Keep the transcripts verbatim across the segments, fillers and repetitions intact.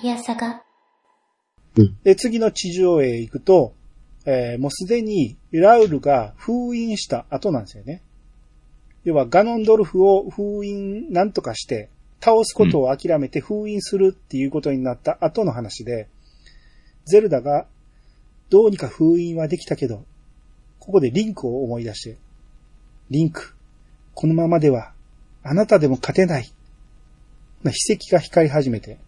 部屋サガ。 で、次の地上へ行くと、えー、もうすでにラウルが封印した後なんですよね。要はガノンドルフを封印なんとかして倒すことを諦めて封印するっていうことになった後の話で、ゼルダがどうにか封印はできたけど、ここでリンクを思い出して、リンク、このままではあなたでも勝てない。筆跡が光り始めて、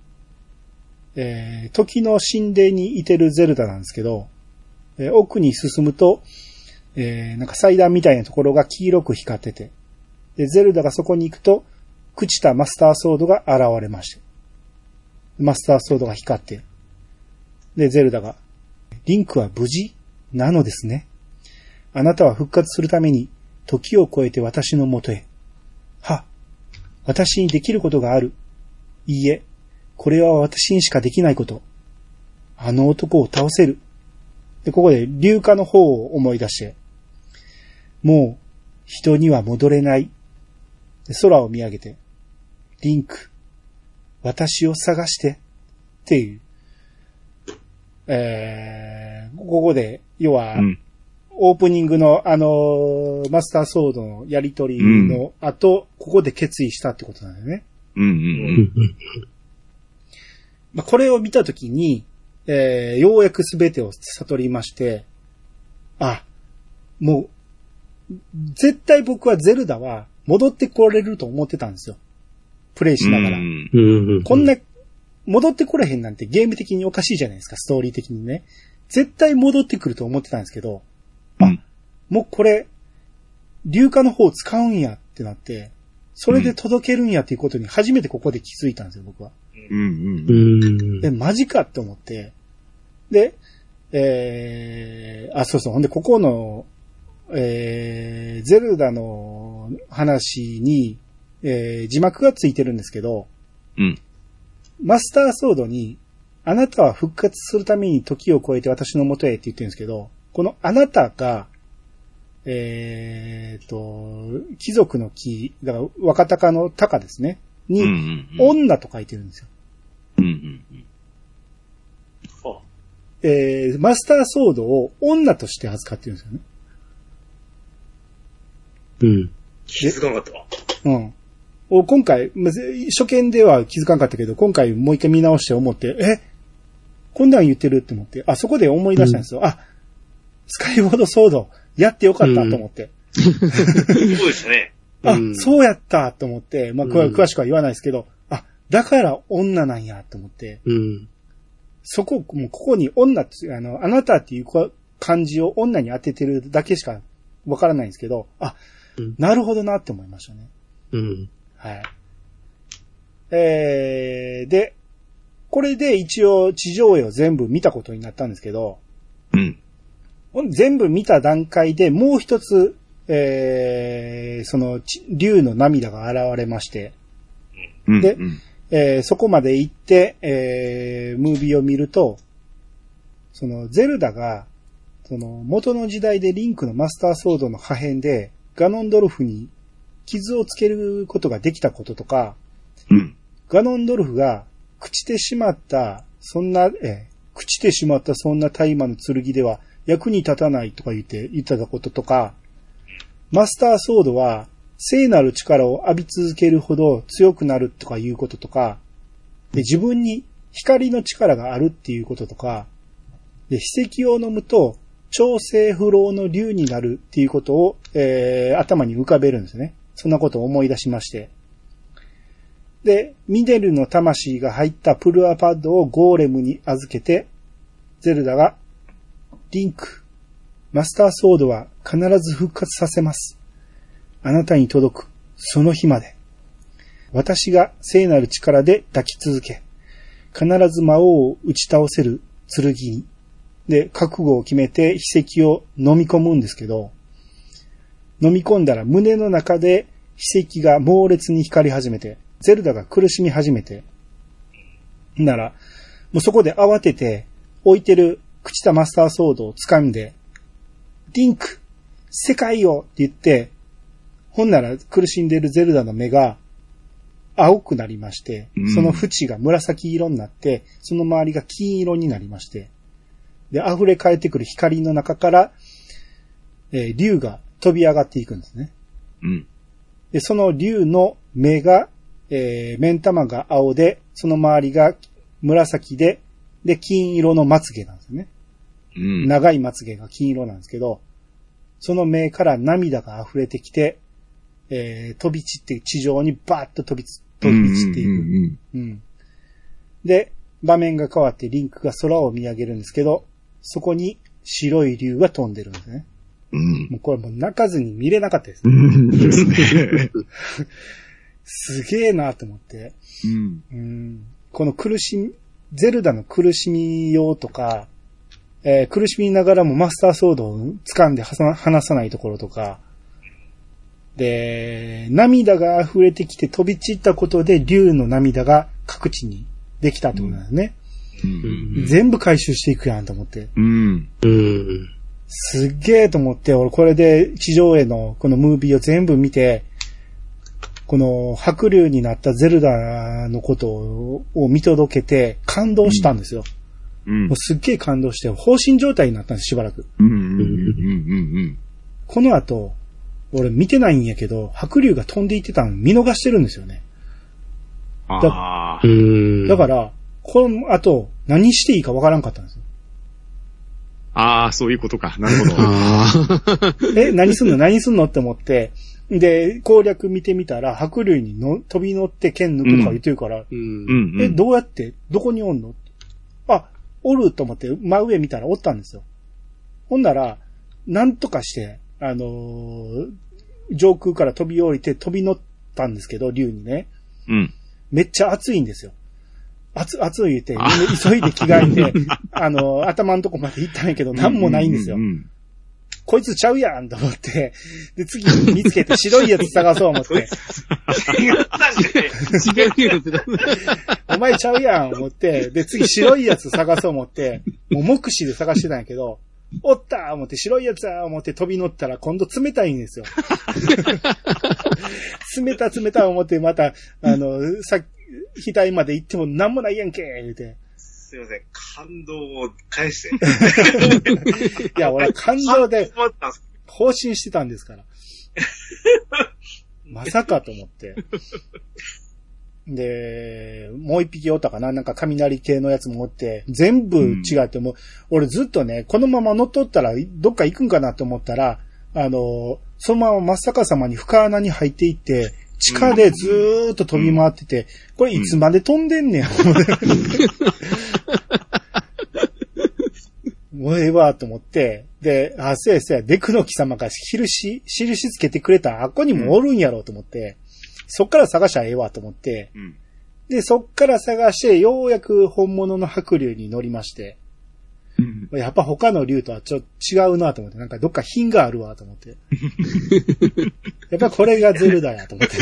えー、時の神殿にいてるゼルダなんですけど、えー、奥に進むと、えー、なんか祭壇みたいなところが黄色く光ってて、で、ゼルダがそこに行くと、朽ちたマスターソードが現れまして、マスターソードが光って、で、ゼルダが、リンクは無事なのですね。あなたは復活するために、時を超えて私のもとへ。は、私にできることがある。いいえ、これは私にしかできないこと。あの男を倒せる。で、ここで硫化の方を思い出して、もう人には戻れない。で、空を見上げて、リンク、私を探してっていう、えー、ここで、要は、うん、オープニングのあの、マスターソードのやりとりの後、うん、ここで決意したってことなんだよね。 うんうんうんまあ、これを見たときに、えー、ようやくすべてを悟りまして、あ、もう、絶対僕はゼルダは戻ってこれると思ってたんですよ。プレイしながら。うんこんな、戻ってこれへんなんてゲーム的におかしいじゃないですか、ストーリー的にね。絶対戻ってくると思ってたんですけど、あ、うん、もうこれ、硫化の方を使うんやってなって、それで届けるんやっていうことに初めてここで気づいたんですよ、僕は。うんうん、で、マジかって思って、で、えー、あ、そうそう、ほんで、ここの、えー、ゼルダの話に、えー、字幕がついてるんですけど、うん、マスターソードに、あなたは復活するために時を超えて私の元へって言ってるんですけど、このあなたが、えーと、貴族の貴、だから若鷹の鷹ですね、に、うんうんうん、女と書いてるんですよ。うんうんうんえー、マスターソードを女として扱ってるんですよね。 うん。気づかなかったわ。 うん。お今回、初見では気づかなかったけど、今回もう一回見直して思って、えこんなん言ってるって思って、あ、そこで思い出したんですよ。うん、あ、スカイボードソード、やってよかったと思って。 うん、そうですね。 あ、うん、そうやったと思って、まあ、詳しくは言わないですけど、あ、だから女なんやと思って、うん、そこ、もうここに女って、あの、あなたっていう漢字を女に当ててるだけしかわからないんですけど、あ、うん、なるほどなって思いましたね。うん。はい。えー、で、これで一応地上絵を全部見たことになったんですけど、うん。全部見た段階でもう一つ、えー、その、竜の涙が現れまして、うん、で、うんえー、そこまで行って、えー、ムービーを見ると、その、ゼルダが、その、元の時代でリンクのマスターソードの破片で、ガノンドルフに傷をつけることができたこととか、うん、ガノンドルフが朽ちてしまった、そんな、えー、朽ちてしまったそんな大麻の剣では役に立たないとか言って、言ってたこととか、マスターソードは、聖なる力を浴び続けるほど強くなるとかいうこととか、で自分に光の力があるっていうこととか、で筆跡を飲むと調整不老の竜になるっていうことを、えー、頭に浮かべるんですね。そんなことを思い出しまして。で、ミネルの魂が入ったプルアパッドをゴーレムに預けて、ゼルダが、リンク、マスターソードは必ず復活させます。あなたに届く、その日まで。私が聖なる力で抱き続け、必ず魔王を打ち倒せる剣に。で、覚悟を決めて筆跡を飲み込むんですけど、飲み込んだら胸の中で筆跡が猛烈に光り始めて、ゼルダが苦しみ始めて、なら、もうそこで慌てて置いてる朽ちたマスターソードを掴んで、リンク、世界をって言って、ほんなら苦しんでいるゼルダの目が、 青くなりまして、その縁が紫色になって、その周りが金色になりまして、で、溢れ返ってくる光の中から、えー、竜が飛び上がっていくんですね。うん。で、その竜の目が、えー、目ん玉が青で、その周りが紫で、で、金色のまつげなんですね。うん。長いまつげが金色なんですけど、その目から涙が溢れてきて、えー、飛び散って地上にバーッと飛びつ、飛び散っていく。うん、うん。で、場面が変わってリンクが空を見上げるんですけど、そこに白い竜が飛んでるんですね。うん。もうこれもう泣かずに見れなかったです。うん、ですね。すげえなと思って。うん。うん。この苦しみ、ゼルダの苦しみようとか、えー、苦しみながらもマスターソードを掴んで離さないところとか、で、涙が溢れてきて飛び散ったことで竜の涙が各地にできたってことなんですね。うんうん、全部回収していくやんと思って。うんうん、すっげーと思って、俺これで地上絵のこのムービーを全部見て、この白竜になったゼルダのことを見届けて感動したんですよ。うん、もうすっげー感動して放心状態になったんです、しばらく。うんうんうんうん、この後、俺見てないんやけど、白竜が飛んでいってたの見逃してるんですよね。だ, あだから、この後、何していいかわからんかったんですよ。 ああ、そういうことか。なるほど。え、何すんの何すんのって思って、で、攻略見てみたら、白竜にの飛び乗って剣抜くとか言ってるから、うんうん、え、どうやってどこにおんのあ、おると思って真上見たらおったんですよ。ほんなら、なんとかして、あのー、上空から飛び降りて飛び乗ったんですけど、竜にね。うん。めっちゃ暑いんですよ。暑、暑い言って、急いで着替えて、あのー、頭のとこまで行ったんやけど、なんもないんですよ。うんうんうん、こいつちゃうやんと思って、で、次見つけて白いやつ探そう思って。違うやつお前ちゃうやん思って、で、次白いやつ探そう思って、もう目視で探してたんやけど、おったー思って白いやつだー思って飛び乗ったら今度冷たいんですよ。冷た冷た思ってまた、あの、さ、額まで行ってもなんもないやんけー言うて。 すいません、感動を返して。 いや、俺感動で、放心してたんですから。まさかと思って。で、もう一匹おったかななんか雷系のやつもおって、全部違っても、うん、俺ずっとね、このまま乗っとったらどっか行くんかなと思ったら、あの、そのまま真っ逆さまに深穴に入っていって、地下でずーっと飛び回ってて、これいつまで飛んでんねん。もうええわと思って、で、あ、せやせや、デクノキ様が印、印つけてくれたあっこにもおるんやろうと思って、そっから探しゃええわと思って、うん、で、そっから探して、ようやく本物の白竜に乗りまして、うん、やっぱ他の竜とはちょっと違うなと思って、なんかどっか品があるわと思って。やっぱこれがゼルダやと思って。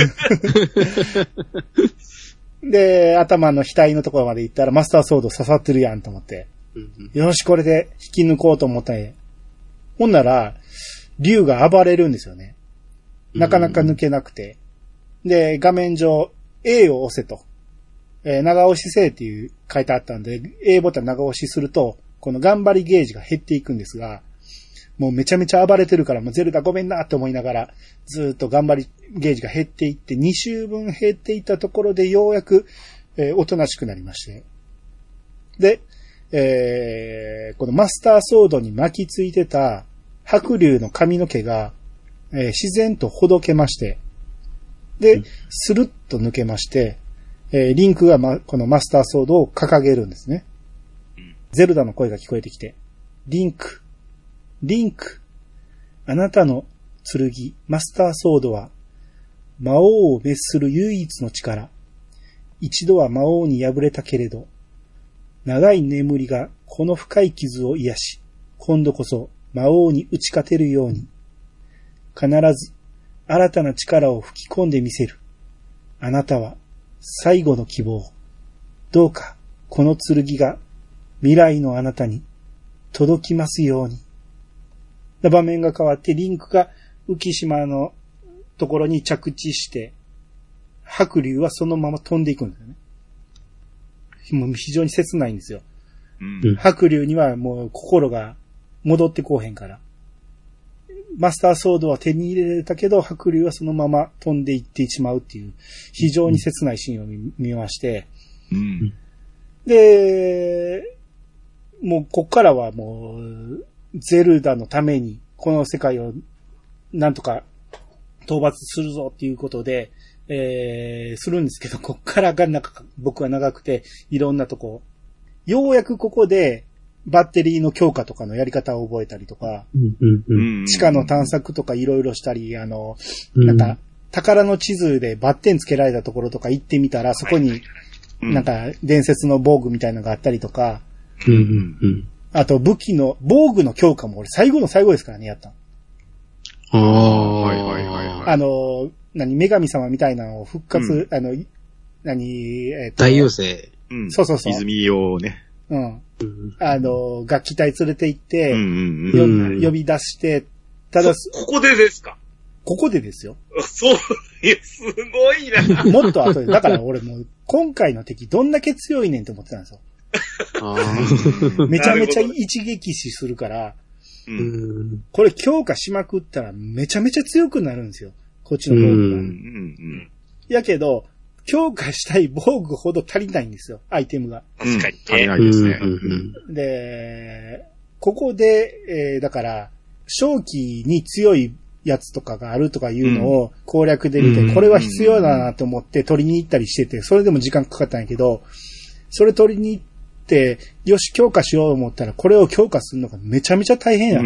で、頭の額のところまで行ったらマスターソード刺さってるやんと思って、うん、よしこれで引き抜こうと思ったんや。ほんなら、竜が暴れるんですよね。なかなか抜けなくて。で、画面上 A を押せと。えー、長押しせえっていう書いてあったんで、A ボタン長押しすると、この頑張りゲージが減っていくんですが、もうめちゃめちゃ暴れてるから、もうゼルダごめんなって思いながら、ずーっと頑張りゲージが減っていって、に周分減っていったところでようやく、えー、おとなしくなりまして。で、えー、このマスターソードに巻きついてた白竜の髪の毛が、えー、自然とほどけまして、で、スルッと抜けまして、えー、リンクが、ま、このマスターソードを掲げるんですね。ゼルダの声が聞こえてきて、リンク、リンク、あなたの剣、マスターソードは、魔王を滅する唯一の力。一度は魔王に敗れたけれど、長い眠りがこの深い傷を癒し、今度こそ魔王に打ち勝てるように、必ず新たな力を吹き込んでみせる。あなたは最後の希望。どうかこの剣が未来のあなたに届きますように。場面が変わってリンクが浮島のところに着地して、 白龍はそのまま飛んでいくんですよね。もう非常に切ないんですよ。うん、白龍にはもう心が戻ってこうへんから。マスターソードは手に入れれたけど、白龍はそのまま飛んでいってしまうっていう、非常に切ないシーンを 見, 見まして、うん。で、もうこっからはもう、ゼルダのために、この世界をなんとか討伐するぞっていうことで、えー、するんですけど、こっからがなんか僕は長くて、いろんなとこ、ようやくここでバッテリーの強化とかのやり方を覚えたりとか、うんうんうん、地下の探索とかいろいろしたり、あの、なんか、宝の地図でバッテンつけられたところとか行ってみたら、そこになんか伝説の防具みたいなのがあったりとか、うんうんうん、あと武器の、防具の強化も俺最後の最後ですからね、やったの。ああ、はいはいはいはい。あの、何、女神様みたいなのを復活、うん、あの、何、えっと。 大妖精。 うん。 そうそうそう。 泉をね。 うん。あの、楽器隊連れて行って、うんうんうん、呼び出して、ただ、 ここでですか？ ここでですよ。 そう、いや、すごいな。 もっと後で、だから俺もう、今回の敵どんだけ強いねんって思ってたんですよ。あめちゃめちゃ一撃死するから、うん、これ強化しまくったらめちゃめちゃ強くなるんですよ。こっちの防具が。うんうんうん、やけど、強化したい防具ほど足りないんですよ、アイテムが。 確かに、 足りないですね。 で、ここで、えー、だから、正気に強いやつとかがあるとかいうのを攻略で見て、うん、これは必要だなと思って取りに行ったりしてて、それでも時間かかったんやけど、それ取りに行って、よし、強化しようと思ったら、これを強化するのがめちゃめちゃ大変やって。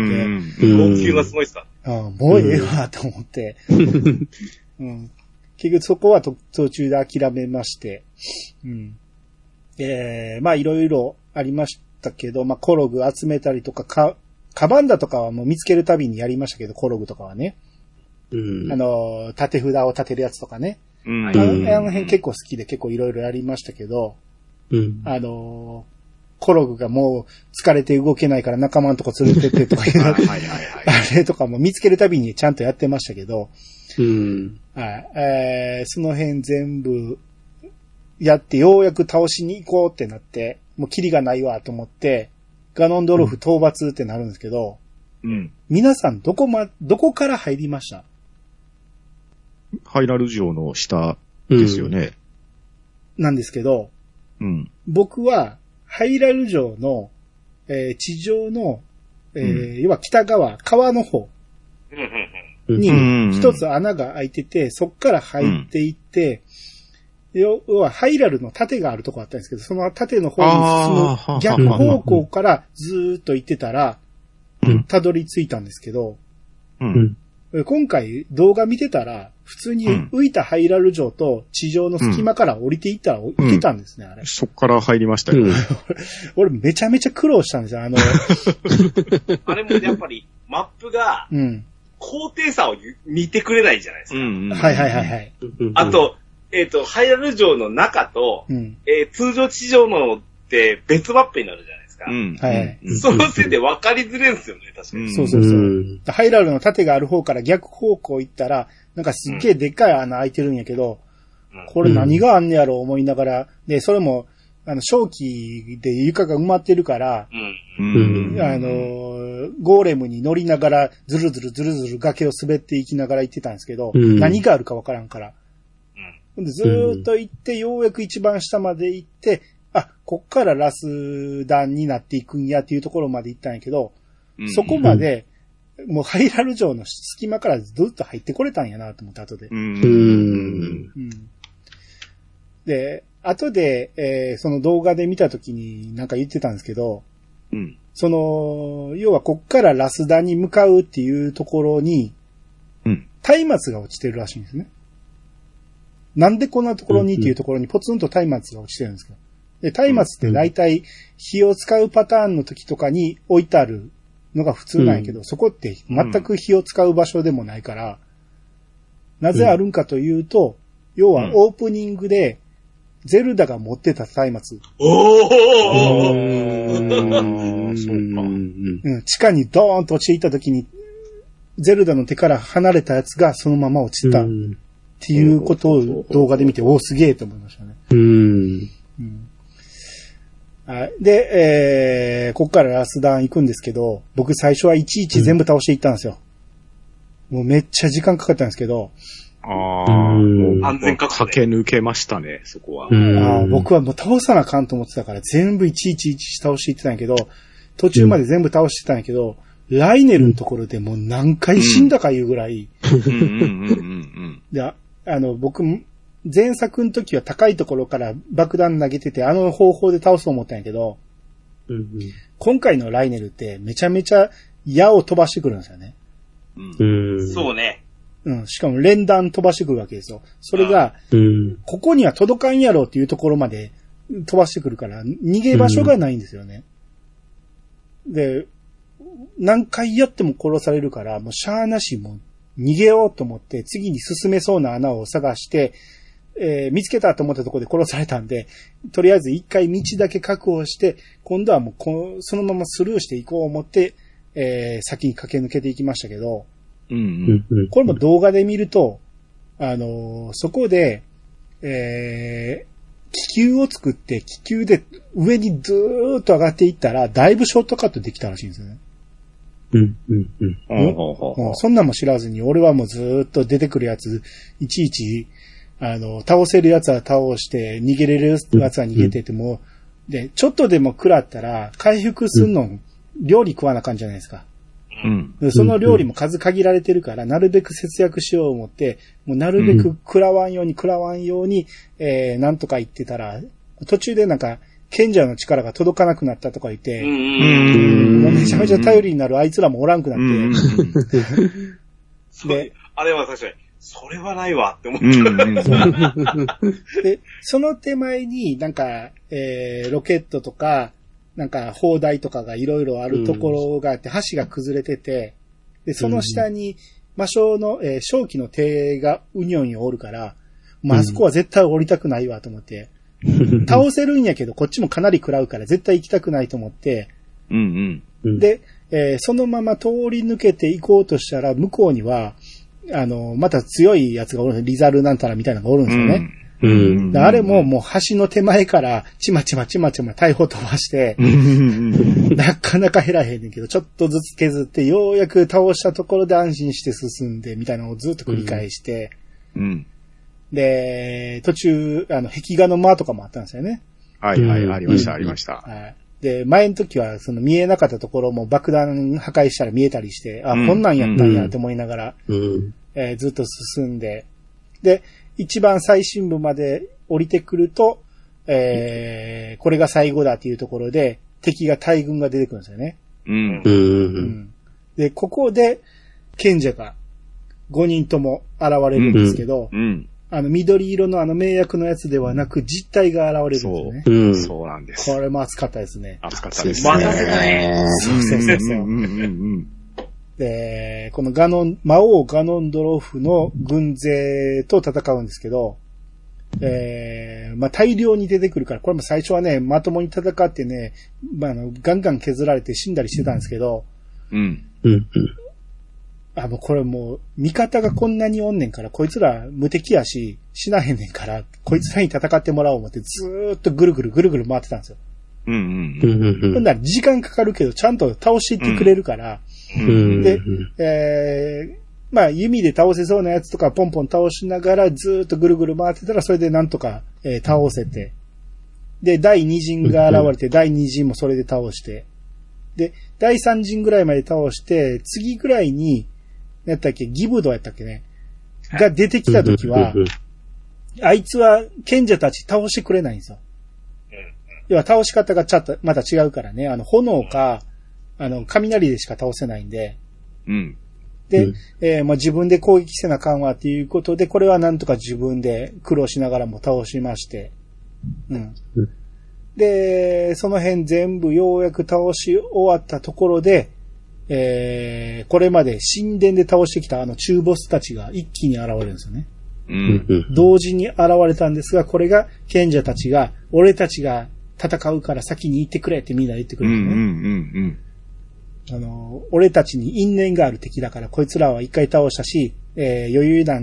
要求がすごいっすか？ ああ、もうええわ、と思って。うん、結局そこは途中で諦めまして。うん、えー、まあいろいろありましたけど、まあコログ集めたりとか、か、カバンダとかはもう見つけるたびにやりましたけど、コログとかはね。うん、あの、縦札を立てるやつとかね。うん、あの、あの辺結構好きで結構いろいろやりましたけど、うん、あの、コログがもう疲れて動けないから仲間のとこ連れてってとかいうあれとかも見つけるたびにちゃんとやってましたけど、うんはいえー、その辺全部やってようやく倒しに行こうってなって、もうキリがないわと思って、ガノンドルフ討伐ってなるんですけど、うん、皆さんどこま、どこから入りました？ ハイラル城の下ですよね。 うん、なんですけど、うん、僕はハイラル城の、えー、地上の、えーうん、要は北側、川の方に一つ穴が開いてて、そっから入っていって、うん、要はハイラルの盾があるとこあったんですけど、その盾の方に進む逆方向からずーっと行ってたら、たどり着いたんですけど、うん今回動画見てたら、普通に浮いたハイラル城と地上の隙間から降りていったら行けたんですね、うん、あれ。 そっから入りましたよ、ね。 俺めちゃめちゃ苦労したんですよ、あの。 あれもやっぱりマップが、高低差を見てくれないじゃないですか。うんうん、 はいはいはいはい。 あと、えっ、ー、と、ハイラル城の中と、うんえー、通常地上のって別マップになるじゃないですか。うん、はい。そのせいで分かりづれんすよね、確かに。 そうそうそう。うん、ハイラルの盾がある方から逆方向行ったら、なんかすっげえでっかい穴開いてるんやけど、うん、これ何があんねやろ思いながら、で、それも、あの、正気で床が埋まってるから、うん、あの、ゴーレムに乗りながら、ずるずるずるずる崖を滑っていきながら行ってたんですけど、うん、何があるか分からんから。うん、でずーっと行って、ようやく一番下まで行って、あ、こっからラス弾になっていくんやっていうところまで行ったんやけど、うん、そこまで、もうハイラル城の隙間からずっと入ってこれたんやなと思って、後で。うんうん、で、後で、えー、その動画で見たときになんか言ってたんですけど、うん、その、要はこっからラス弾に向かうっていうところに、松明が落ちてるらしいんですね。なんでこんなところにっていうところにポツンと松明が落ちてるんですか。で、松明って大体火を使うパターンの時とかに置いてあるのが普通なんやけど、うん、そこって全く火を使う場所でもないから、なぜあるんかというと、要はオープニングでゼルダが持ってた松明。おーそうか。うん。地下にドーンと落ちていった時に、ゼルダの手から離れたやつがそのまま落ちた。ってっていうことを動画で見て、おーすげえと思いましたね。うん。うんはい。で、えー、ここからラスダン行くんですけど、僕最初はいちいち全部倒していったんですよ。うん、もうめっちゃ時間かかったんですけど。 ああ、安全確保。駆け抜けましたね、そこは。 あ僕はもう倒さなあかんと思ってたから、全部いちいちいち倒していってたんやけど、途中まで全部倒してたんやけど、うん、ライネルのところでもう何回死んだかいうぐらい。で、あの、僕、前作の時は高いところから爆弾投げてて、あの方法で倒すと思ったんやけど、うんうん、今回のライネルってめちゃめちゃ矢を飛ばしてくるんですよね。 うん、そうね。 うん。しかも連弾飛ばしてくるわけですよ。それが、うん、ここには届かんやろっていうところまで飛ばしてくるから、逃げ場所がないんですよね。うん、で、何回やっても殺されるから、もうしゃーなしもう逃げようと思って、次に進めそうな穴を探して、えー、見つけたと思ったところで殺されたんで、とりあえず一回道だけ確保して、今度はもうこそのままスルーしていこう思って、えー、先に駆け抜けていきましたけど、うんうん、これも動画で見ると、あのー、そこで、えー、気球を作って気球で上にずーっと上がっていったら、だいぶショートカットできたらしいんですよね。うんうんうん。もうそんなんも知らずに、俺はもうずーっと出てくるやつ、いちいち、あの、倒せるやつは倒して、逃げれるやつは逃げてても、うん、で、ちょっとでも食らったら、回復すんの、うん、料理食わなあかんじゃないですか。うん。でその料理も数限られてるから、なるべく節約しよう思って、もうなるべく食らわんように食らわんように、えー、なんとか言ってたら、途中でなんか、賢者の力が届かなくなったとか言って、うん。もうめちゃめちゃ頼りになるあいつらもおらんくなって、 で、あれは確かに、それはないわって思った。 で、その手前になんか、えー、ロケットとか、なんか砲台とかがいろいろあるところがあって、橋が崩れてて、で、その下に魔性の、えー、正気の手がうにょうにょおるから、まあ、あそこは絶対降りたくないわと思って、倒せるんやけど、こっちもかなり食らうから絶対行きたくないと思って、うんうん、で、えー、そのまま通り抜けて行こうとしたら、向こうには、あの、また強いやつがおるんです。リザルなんたらみたいなのがおるんですよね。うん、であれももう橋の手前からちまちまちまちま大砲飛ばして、なかなか減らへんねんけど、ちょっとずつ削ってようやく倒したところで安心して進んでみたいなのをずっと繰り返して、うんうん、で、途中、あの、壁画の間とかもあったんですよね。 はいはい、ありました、ありました。 はい。で、前の時は、その見えなかったところも爆弾破壊したら見えたりして、あ、うん、こんなんやったんやって思いながら、うんえー、ずっと進んで、で、一番最深部まで降りてくると、えー、これが最後だっていうところで、敵が大軍が出てくるんですよね。うん。うん、で、ここで、賢者がごにんとも現れるんですけど、うんうんあの、緑色のあの名役のやつではなく、実体が現れるんですよね。 そう、うん、そうなんです。 これも熱かったですね。 熱かったですね。 待たせたね。 そうそうそうそう。うんうんうん、で、このガノン、魔王ガノンドロフの軍勢と戦うんですけど、えー、まあ、大量に出てくるから、これも最初はね、まともに戦ってね、まあ、あの、ガンガン削られて死んだりしてたんですけど、うん。うん。あ、もうこれもう、味方がこんなにおんねんから、こいつら無敵やし、死なへんねんから、こいつらに戦ってもらおう思って、ずーっとぐるぐるぐるぐる回ってたんですよ。うんうんうん。ほんなら時間かかるけど、ちゃんと倒していってくれるから、うん、で、えー、まあ弓で倒せそうなやつとかポンポン倒しながら、ずーっとぐるぐる回ってたら、それでなんとか、えー、倒せて、で、第二陣が現れて、第二陣もそれで倒して、で、第三陣ぐらいまで倒して、次ぐらいに、やったっけギブドやったっけねが出てきたときは、あいつは賢者たち倒してくれないんですよ。要は倒し方がちょっとまた違うからね。あの、炎か、あの、雷でしか倒せないんで。うん。で、えー、まあ、自分で攻撃せなあかんわっていうことで、これはなんとか自分で苦労しながらも倒しまして。うん。で、その辺全部ようやく倒し終わったところで、えー、これまで神殿で倒してきたあの中ボスたちが一気に現れるんですよね。うん、同時に現れたんですが、これが賢者たちが、俺たちが戦うから先に行ってくれってみんな言ってくるんですね。うんうんうん、あの、俺たちに因縁がある敵だから、こいつらは一回倒したし、えー、余裕なんで、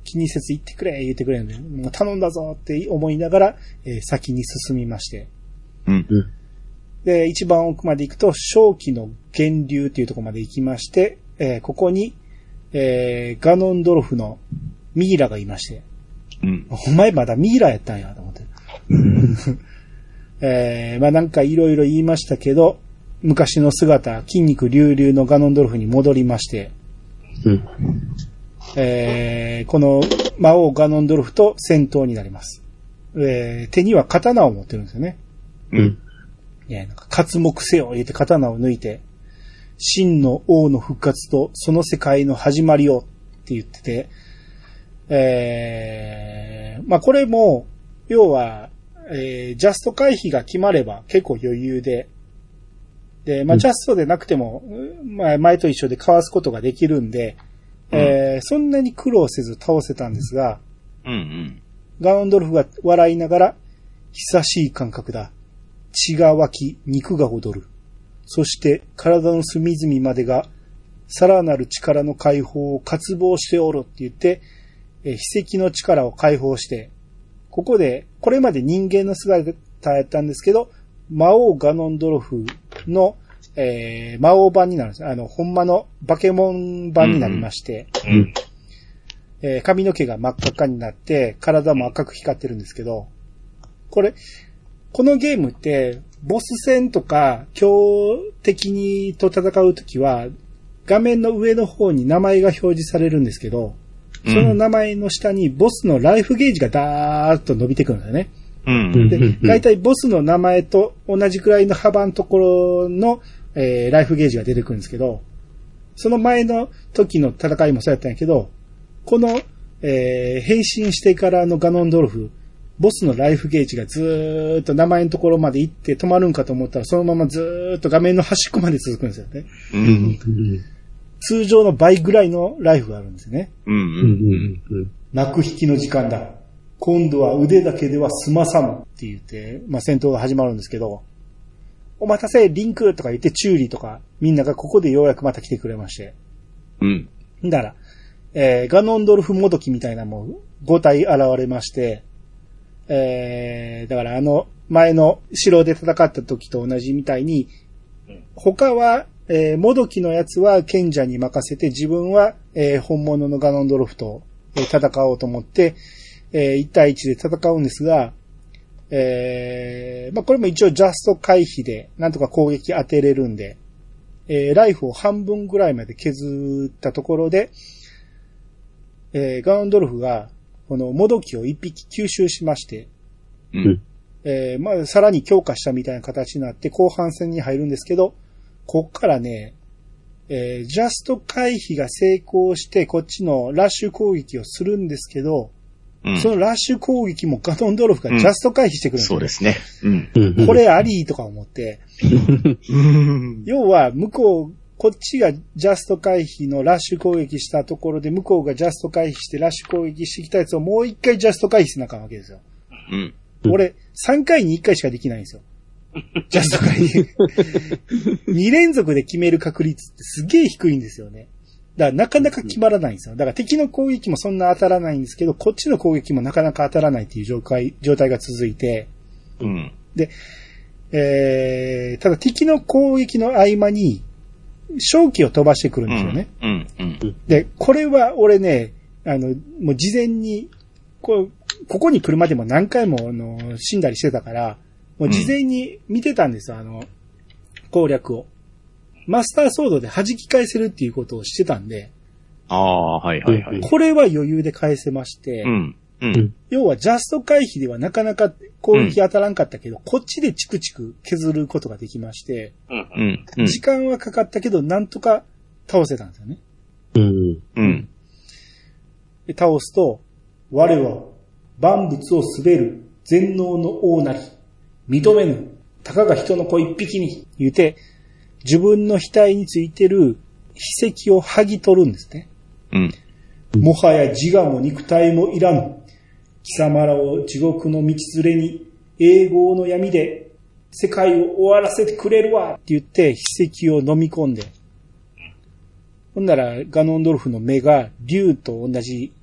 気にせず行ってくれ、言ってくれるんで、もう頼んだぞって思いながら、えー、先に進みまして。 うん。 で、一番奥まで行くと、正気の源流っていうところまで行きまして、えー、ここに、えー、ガノンドルフのミイラがいまして。 うん。 お前まだミイラやったんや、と思って。えー、まあなんかいろいろ言いましたけど、昔の姿、筋肉隆々のガノンドルフに戻りまして、 うん。 えー、この魔王ガノンドルフと戦闘になります。えー、手には刀を持ってるんですよね。 うん。 いや、なんか、活目せよ、言って刀を抜いて、真の王の復活とその世界の始まりをって言ってて、えー、まあこれも、要は、えー、ジャスト回避が決まれば結構余裕で、で、まあ、ジャストでなくても、うん、まあ、前と一緒でかわすことができるんで、うん、えー、そんなに苦労せず倒せたんですが、 うんうん、 ガノンドルフが笑いながら、久しい感覚だ。血が湧き、肉が踊る。そして体の隅々までがさらなる力の解放を渇望しておるって言って、えー、秘跡の力を解放して、ここで、これまで人間の姿やったんですけど、魔王ガノンドルフの、えー、魔王版になるんです。あの、ほんまのバケモン版になりまして、 うんうんえー、髪の毛が真っ赤っかになって、体も赤く光ってるんですけど、これ、このゲームって、ボス戦とか強敵にと戦うときは、画面の上の方に名前が表示されるんですけど、その名前の下にボスのライフゲージがダーッと伸びてくるんだよね。 うん、 で、だいたいボスの名前と同じくらいの幅のところの、えー、ライフゲージが出てくるんですけど、その前の時の戦いもそうやったんやけど、この、えー、変身してからのガノンドルフ、ボスのライフゲージがずーっと名前のところまで行って止まるんかと思ったら、そのままずーっと画面の端っこまで続くんですよね。 うん、 通常の倍ぐらいのライフがあるんですよね。 うんうんうん、 幕引きの時間だ。今度は腕だけでは済まさぬって言って、まあ、戦闘が始まるんですけど、お待たせ、リンクとか言って、チューリーとか、みんながここでようやくまた来てくれまして。 うん。 だから、えー、ガノンドルフもどきみたいなもんご体現れまして、えー、だからあの、前の城で戦った時と同じみたいに、他は、えー、もどきのやつは賢者に任せて、自分は、えー、本物のガノンドルフと、えー、戦おうと思って、えー、いち対いちで戦うんですが、えー、まあ、これも一応ジャスト回避で、なんとか攻撃当てれるんで、えー、ライフを半分ぐらいまで削ったところで、えー、ガノンドルフが、このもどきを一匹吸収しまして、 うん。 えー、まあ、さらに強化したみたいな形になって後半戦に入るんですけど、こっからね、えー、ジャスト回避が成功して、こっちのラッシュ攻撃をするんですけど、うん、そのラッシュ攻撃もガノンドルフがジャスト回避してくるんですよ、 うん、そうですね。 うん。これありとか思って。要は、向こう、こっちがジャスト回避のラッシュ攻撃したところで、向こうがジャスト回避してラッシュ攻撃してきたやつをもう一回ジャスト回避せなあかんわけですよ。 うん。 俺、さんかいにいっかいしかできないんですよ。ジャスト回避。に連続で決める確率ってすげえ低いんですよね。だからなかなか決まらないんですよ。だから敵の攻撃もそんな当たらないんですけど、こっちの攻撃もなかなか当たらないっていう状態、状態が続いて、 うん、 で、えー、ただ敵の攻撃の合間に、正気を飛ばしてくるんですよね。 うんうんうん、 で、これは俺ね、あの、もう事前に、こう、ここに来るまでも何回もあの死んだりしてたから、もう事前に見てたんですよ、あの、攻略を。マスターソードで弾き返せるっていうことをしてたんで。 ああ、はいはいはい。 これは余裕で返せまして。 うんうん、 要はジャスト回避ではなかなか攻撃当たらんかったけど、うん、こっちでチクチク削ることができまして。 うんうん、 時間はかかったけど、なんとか倒せたんですよね。 うんうん、 で倒すと、我は万物を滑る全能の王なり。認めぬ。たかが人の子一匹に。言うて、自分の額についてる筆跡を剥ぎ取るんですね。 うん。 もはや自我も肉体もいらぬ。貴様らを地獄の道連れに、永劫の闇で世界を終わらせてくれるわって言って筆跡を飲み込んで。ほんならガノンドルフの目が竜と同じ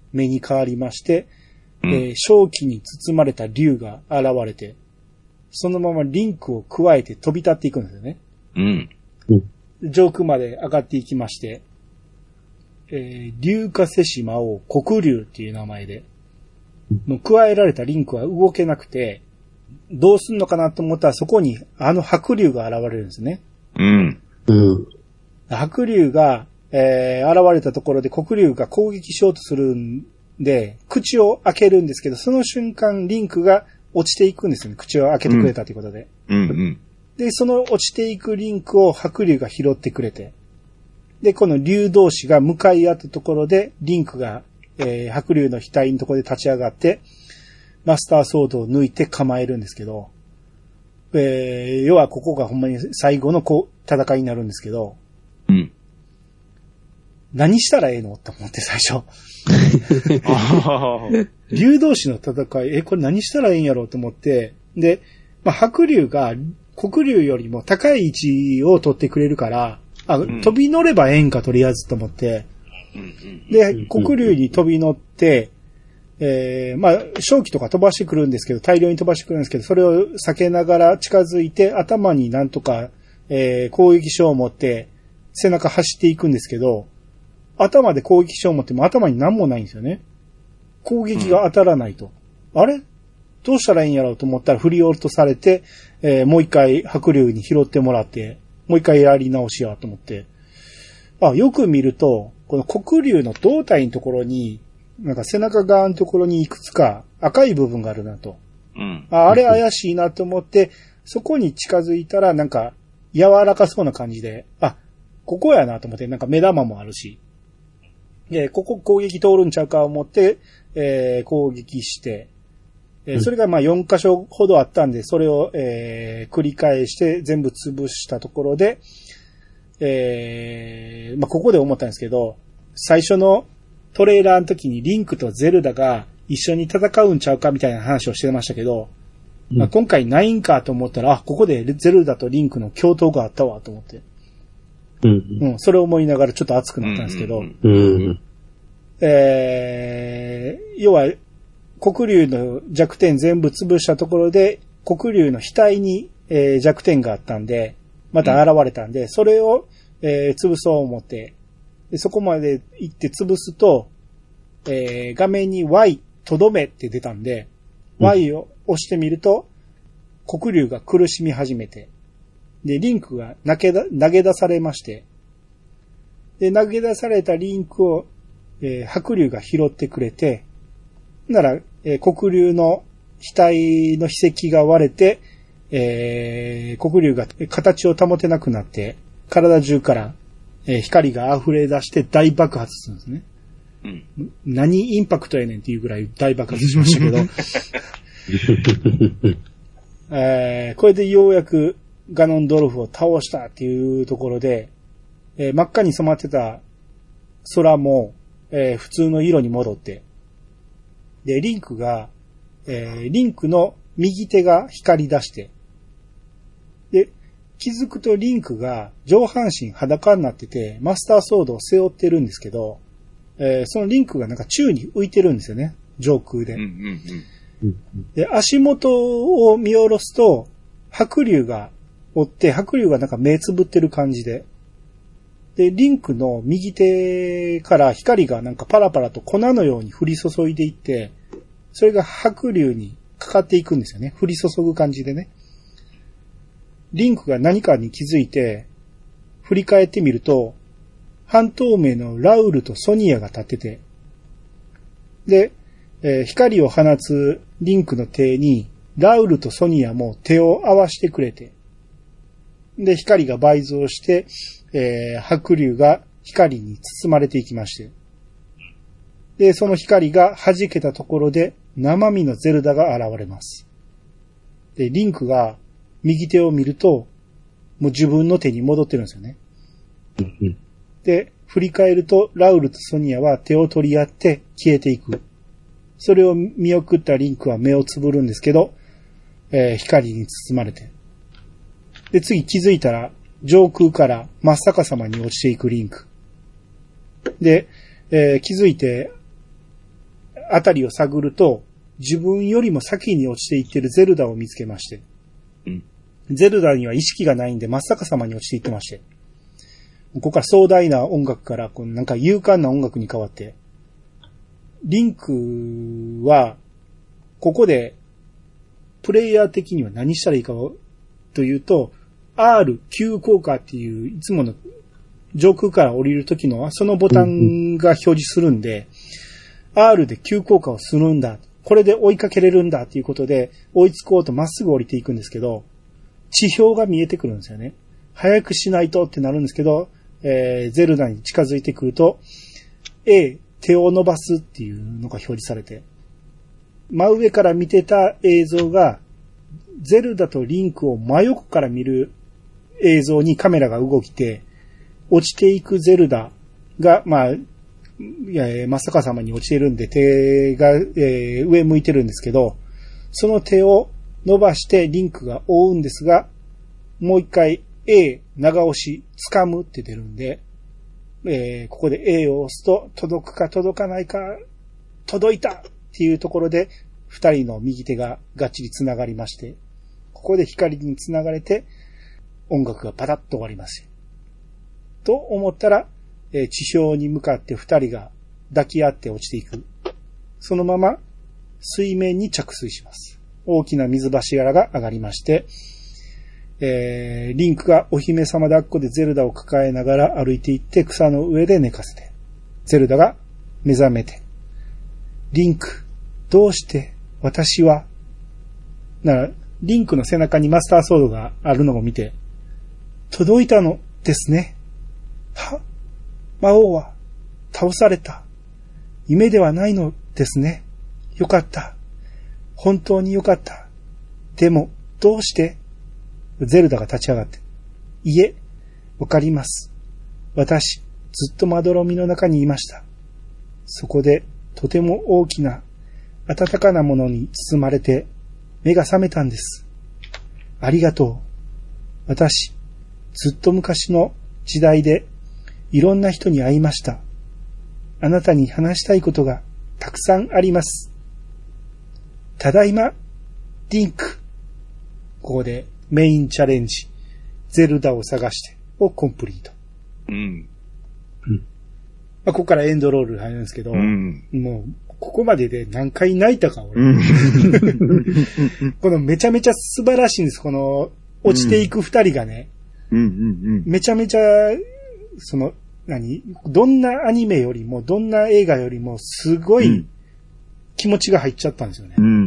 目に変わりまして、うん、えー、正気に包まれた竜が現れて、そのままリンクを加えて飛び立っていくんですよね。うん。上空まで上がっていきまして、えー、竜化瀬島を黒竜っていう名前で、もう加えられたリンクは動けなくて、どうすんのかなと思ったらそこにあの白竜が現れるんですね。うん。うん。白竜が、えー、現れたところで黒竜が攻撃しようとするんで、口を開けるんですけど、その瞬間リンクが落ちていくんですよね。口を開けてくれたということで。うん。うんうん、で、その落ちていくリンクを白竜が拾ってくれて、で、この竜同士が向かい合ったところで、リンクが、えー、白竜の額のところで立ち上がって、マスターソードを抜いて構えるんですけど、えー、要はここがほんまに最後のこう戦いになるんですけど、うん。何したらええのって思って最初。竜同士の戦い、え、これ何したらええんやろうと思って、で、まあ、白竜が黒竜よりも高い位置を取ってくれるから、あ、うん、飛び乗ればええんかとりあえずと思って、で、黒竜に飛び乗って、えー、まあ、正気とか飛ばしてくるんですけど、大量に飛ばしてくるんですけど、それを避けながら近づいて、頭になんとか、えー、攻撃手を持って、背中走っていくんですけど、頭で攻撃手を持っても頭に何もないんですよね。攻撃が当たらないと。うん、あれどうしたらいいんやろうと思ったら振り落とされて、えー、もう一回白竜に拾ってもらって、もう一回やり直しやと思って。あ、よく見ると、この黒竜の胴体のところに、なんか背中側のところにいくつか赤い部分があるなと。うん、あ, あれ怪しいなと思って、そこに近づいたらなんか柔らかそうな感じで、あ、ここやなと思って、なんか目玉もあるし。で、ここ攻撃通るんちゃうか思って、えー、攻撃して、えー、それがまあよん箇所ほどあったんで、それを、えー、繰り返して全部潰したところで、えー、まあここで思ったんですけど、最初のトレーラーの時にリンクとゼルダが一緒に戦うんちゃうかみたいな話をしてましたけど、うん、まあ、今回ないんかと思ったら、あ、ここでゼルダとリンクの共闘があったわと思って。うん、うん。それを思いながらちょっと熱くなったんですけど、うん、えー、要は、黒竜の弱点全部潰したところで、黒竜の額に、えー、弱点があったんで、また現れたんで、それを、えー、潰そう思って、でそこまで行って潰すと、えー、画面に Y とどめって出たんで、うん、Y を押してみると、黒竜が苦しみ始めて、で、リンクが投げだ、投げ出されまして、で、投げ出されたリンクを、えー、白竜が拾ってくれて、なら、えー、黒竜の額の筆跡が割れて、えー、黒竜が形を保てなくなって、体中から、えー、光が溢れ出して大爆発するんですね。うん、何インパクトやねんっていうぐらい大爆発しましたけど、えー、これでようやくガノンドルフを倒したっていうところで、えー、真っ赤に染まってた空も、えー、普通の色に戻って、で、リンクが、えー、リンクの右手が光り出して、で、気づくとリンクが上半身裸になってて、マスターソードを背負ってるんですけど、えー、そのリンクがなんか宙に浮いてるんですよね。上空で。うんうんうん、で、足元を見下ろすと、白竜がおって、白竜がなんか目つぶってる感じで。で、リンクの右手から光がなんかパラパラと粉のように降り注いでいって、それが白竜にかかっていくんですよね。降り注ぐ感じでね。リンクが何かに気づいて、振り返ってみると、半透明のラウルとソニアが立ってて、で、えー、光を放つリンクの手に、ラウルとソニアも手を合わせてくれて、で、光が倍増して、えー、白竜が光に包まれていきまして、で、その光が弾けたところで、生身のゼルダが現れます。で、リンクが右手を見ると、もう自分の手に戻ってるんですよね。で、振り返ると、ラウルとソニアは手を取り合って消えていく。それを見送ったリンクは目をつぶるんですけど、えー、光に包まれて。で、次気づいたら、上空から真っ逆さまに落ちていくリンク。で、えー、気づいて、 あたりを探ると、自分よりも先に落ちていってるゼルダを見つけまして。うん、ゼルダには意識がないんで真っ逆さまに落ちていってまして。ここから壮大な音楽から、このなんか勇敢な音楽に変わって、リンクは、ここで、プレイヤー的には何したらいいかというと、アール 急降下っていう、いつもの上空から降りるときの、そのボタンが表示するんで、うんうん、アール で急降下をするんだ。これで追いかけれるんだっていうことで、追いつこうとまっすぐ降りていくんですけど、地表が見えてくるんですよね。早くしないとってなるんですけど、えー、ゼルダに近づいてくると、A、手を伸ばすっていうのが表示されて、真上から見てた映像が、ゼルダとリンクを真横から見る映像にカメラが動いて、落ちていくゼルダが、まあ、いや、真っ逆さまに落ちてるんで、手が、えー、上向いてるんですけど、その手を伸ばしてリンクが追うんですが、もう一回 A、長押し、掴むって出るんで、えー、ここで A を押すと、届くか届かないか、届いたっていうところで、二人の右手ががっちり繋がりまして、ここで光に繋がれて、音楽がパタッと終わります。と思ったら、えー、地表に向かって二人が抱き合って落ちていく。そのまま水面に着水します。大きな水柱が上がりまして、えー、リンクがお姫様抱っこでゼルダを抱えながら歩いていって草の上で寝かせて、ゼルダが目覚めて、リンク、どうして私は、なら、リンクの背中にマスターソードがあるのを見て、届いたのですね。は？魔王は倒された。夢ではないのですね。よかった。本当によかった。でも、どうして？ゼルダが立ち上がって。いえ、わかります。私、ずっとまどろみの中にいました。そこで、とても大きな、暖かなものに包まれて、目が覚めたんです。ありがとう。私、ずっと昔の時代で、いろんな人に会いました。あなたに話したいことがたくさんあります。ただいま、リンク。ここでメインチャレンジ、ゼルダを探してをコンプリート。うん。うん。まあ、ここからエンドロール入るんですけど、うん、もう、ここまでで何回泣いたか、俺。うん、このめちゃめちゃ素晴らしいんです。この、落ちていく二人がね。うんうんうん、めちゃめちゃ、その、何どんなアニメよりも、どんな映画よりも、すごい気持ちが入っちゃったんですよね。うんうんうん、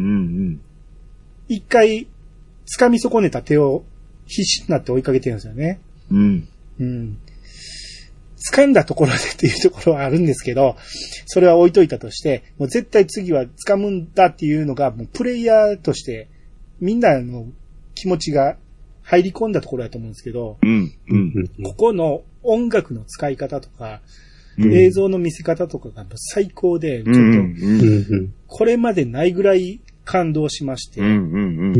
一回、掴み損ねた手を必死になって追いかけてるんですよね。うん。うん。掴んだところでっていうところはあるんですけど、それは置いといたとして、もう絶対次は掴むんだっていうのが、もうプレイヤーとして、みんなの気持ちが入り込んだところだと思うんですけど、うんうん、ここの音楽の使い方とか、うん、映像の見せ方とかが最高で、ちょっと、うんうん、これまでないぐらい感動しまして、うんうんうん、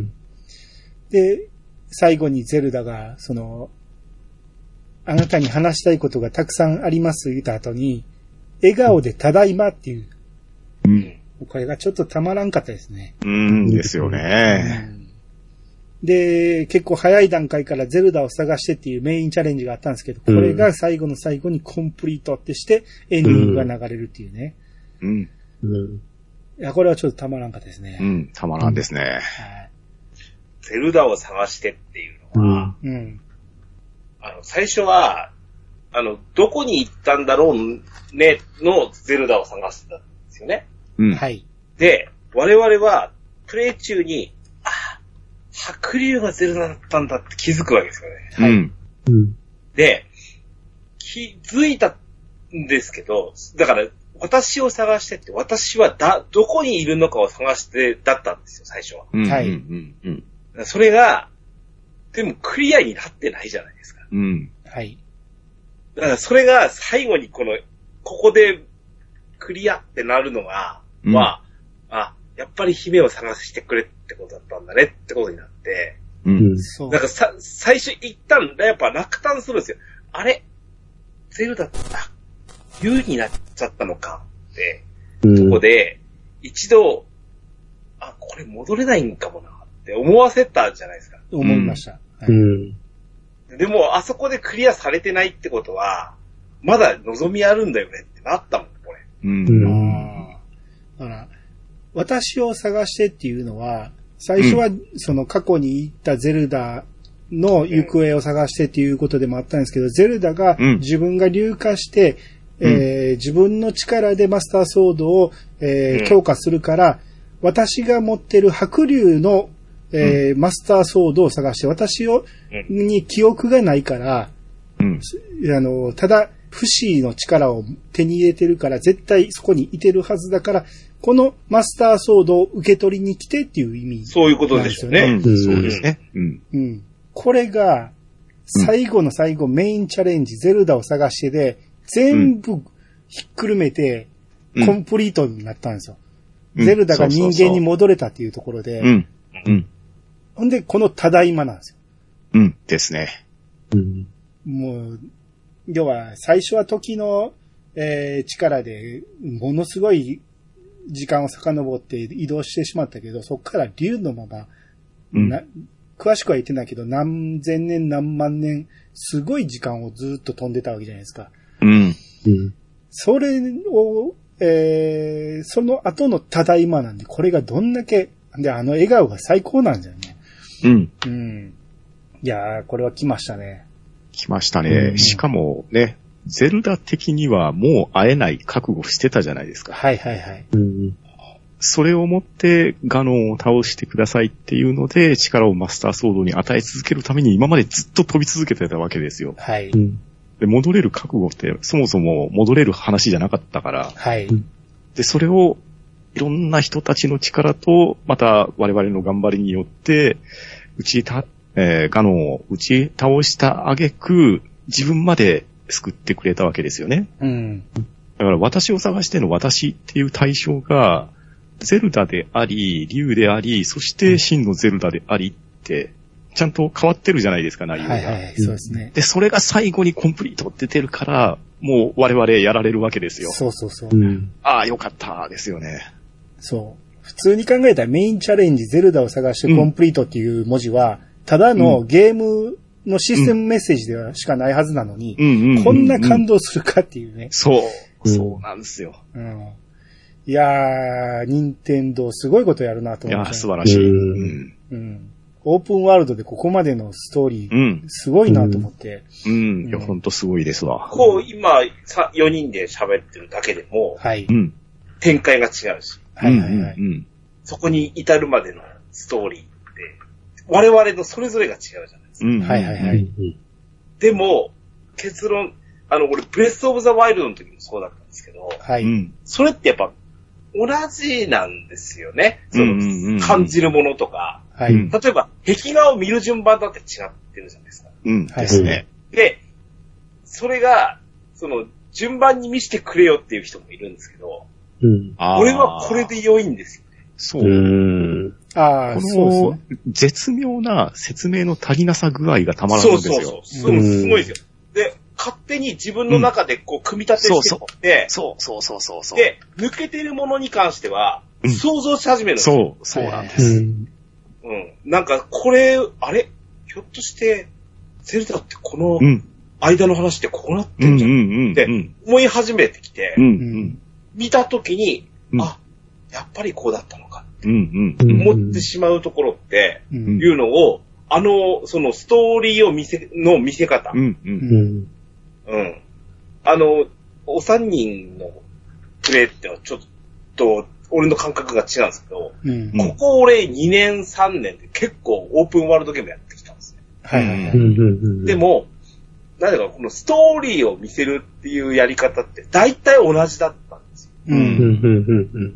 で、最後にゼルダが、その、あなたに話したいことがたくさんあります言った後に、笑顔でただいまっていう。うん、これがちょっとたまらんかったですね。 うんですよね、うん。 で、結構早い段階からゼルダを探してっていうメインチャレンジがあったんですけど、これが最後の最後にコンプリートってしてエンディングが流れるっていうね。うん。うん、いや、これはちょっとたまらんかったですね。 うん、たまらんですね。はい、 ゼルダを探してっていうのは、うん。あの、最初は、あの、どこに行ったんだろうね、のゼルダを探してたんですよね。うん。はい。で、我々は、プレイ中に、あ、白龍がゼルダだったんだって気づくわけですよね。はい。うん。で、気づいたんですけど、だから、私を探してって、私はだ、どこにいるのかを探してだったんですよ、最初は。うん、はい。うん、うん。それが、でもクリアになってないじゃないですか。うん。はい。だからそれが最後にこの、ここでクリアってなるのが、うん、は、あ、やっぱり姫を探してくれってことだったんだねってことになって、うん。そう。なんかさ、最初一旦、やっぱ落胆するんですよ。あれゼルダ、あ、優になっちゃったのかって、 とこで、一度、あ、これ戻れないんかもなって思わせたじゃないですか。 思いました。 うん。 はい、でも、あそこでクリアされてないってことは、まだ望みあるんだよねってなったもん、これ。 うん。 ああ。だから、私を探してっていうのは、最初はその過去に行ったゼルダの行方を探してっていうことでもあったんですけど、ゼルダが自分が硫化して、うんえー、自分の力でマスターソードを、えー、強化するから、私が持ってる白竜の、えー、マスターソードを探して、私を、に記憶がないから、うん、あの、ただ、不死の力を手に入れてるから、絶対そこにいてるはずだから、このマスターソードを受け取りに来てっていう意味、ね。 そういうことですよね。うん、 そうですね。うん。 うん。これが、最後の最後、メインチャレンジ、ゼルダを探してで、全部ひっくるめて、コンプリートになったんですよ。うん、ゼルダが人間に戻れたっていうところで。 うん。うん。 ほんで、このただいまなんですよ。 うん。ですね。 うん。 もう、要は、最初は時の、えー、力で、ものすごい時間を遡って移動してしまったけど、そこから竜のまま、うん、な詳しくは言ってないけど、何千年何万年、すごい時間をずっと飛んでたわけじゃないですか。 うん。 うん。 それを、えー、その後のただいまなんで、これがどんだけ、で、あの笑顔が最高なんだよね。 うん。 うん。いやー、これは来ましたね。 来ましたね。うん、しかもね、ゼルダ的にはもう会えない覚悟してたじゃないですか。 はいはいはい。 うん、 それをもってガノンを倒してくださいっていうので、力をマスターソードに与え続けるために今までずっと飛び続けてたわけですよ。 はい。 で、戻れる覚悟ってそもそも戻れる話じゃなかったから。 はい。 で、それをいろんな人たちの力と、また我々の頑張りによって、打ちた、えー、ガノンを打ち倒した挙句、自分まで救ってくれたわけですよね。 うん。 だから私を探しての私っていう対象が、ゼルダであり、竜であり、そして真のゼルダでありって、ちゃんと変わってるじゃないですか、内容が。 はいはいはい、そうですね。 で、それが最後にコンプリートって出るから、もう我々やられるわけですよ。 そうそうそう。 うん、 ああ、よかったですよね。 そう。普通に考えたらメインチャレンジゼルダを探してコンプリートっていう文字は、うんただのゲームのシステムメッセージではしかないはずなのに、こんな感動するかっていうね。 そう、そうなんですよ。 うん、いやー、任天堂すごいことやるなと思って。 いやー、素晴らしい、うんうん。オープンワールドでここまでのストーリー、うん、すごいなと思って。 うん。うん、いや、ほんとすごいですわ。 こう、今、よにんで喋ってるだけでも、 はい。 展開が違うし。 はいはいはい。 うん、 そこに至るまでのストーリー。我々のそれぞれが違うじゃないですか。 うん、はいはいはい。 でも、結論、あの、俺、ブレスオブザワイルドの時もそうだったんですけど、 はい。 それってやっぱ、同じなんですよね。その、感じるものとか。 はい。 例えば、壁画を見る順番だって違ってるじゃないですか。 うん。ですね。 で、それが、その、順番に見せてくれよっていう人もいるんですけど、 うん。 俺はこれで良いんですよね。 そう。うんああ、そうですね。 絶妙な説明の足りなさ具合がたまらないんですよ。 そうそうそう。すごいですよ。で、勝手に自分の中でこう、組み立てしてって、 そうそうそうそうそう。 で、抜けてるものに関しては、想像し始めるんですよ。そう、そうなんです。うん。 なんか、これ、あれひょっとして、ゼルダってこの、間の話ってこうなってんじゃんって思い始めてきて、見たときに、あ、やっぱりこうだったのかって思ってしまうところっていうのを、あの、そのストーリーを見せ、の見せ方。 うんうんうん。あの、お三人のプレイってのはちょっと、俺の感覚が違うんですけど、 うん、 ここ俺にねんさんねんで結構オープンワールドゲームやってきたんですね。 はいはいはい。 でも、なぜかこのストーリーを見せるっていうやり方って大体同じだったんですよ。 うん、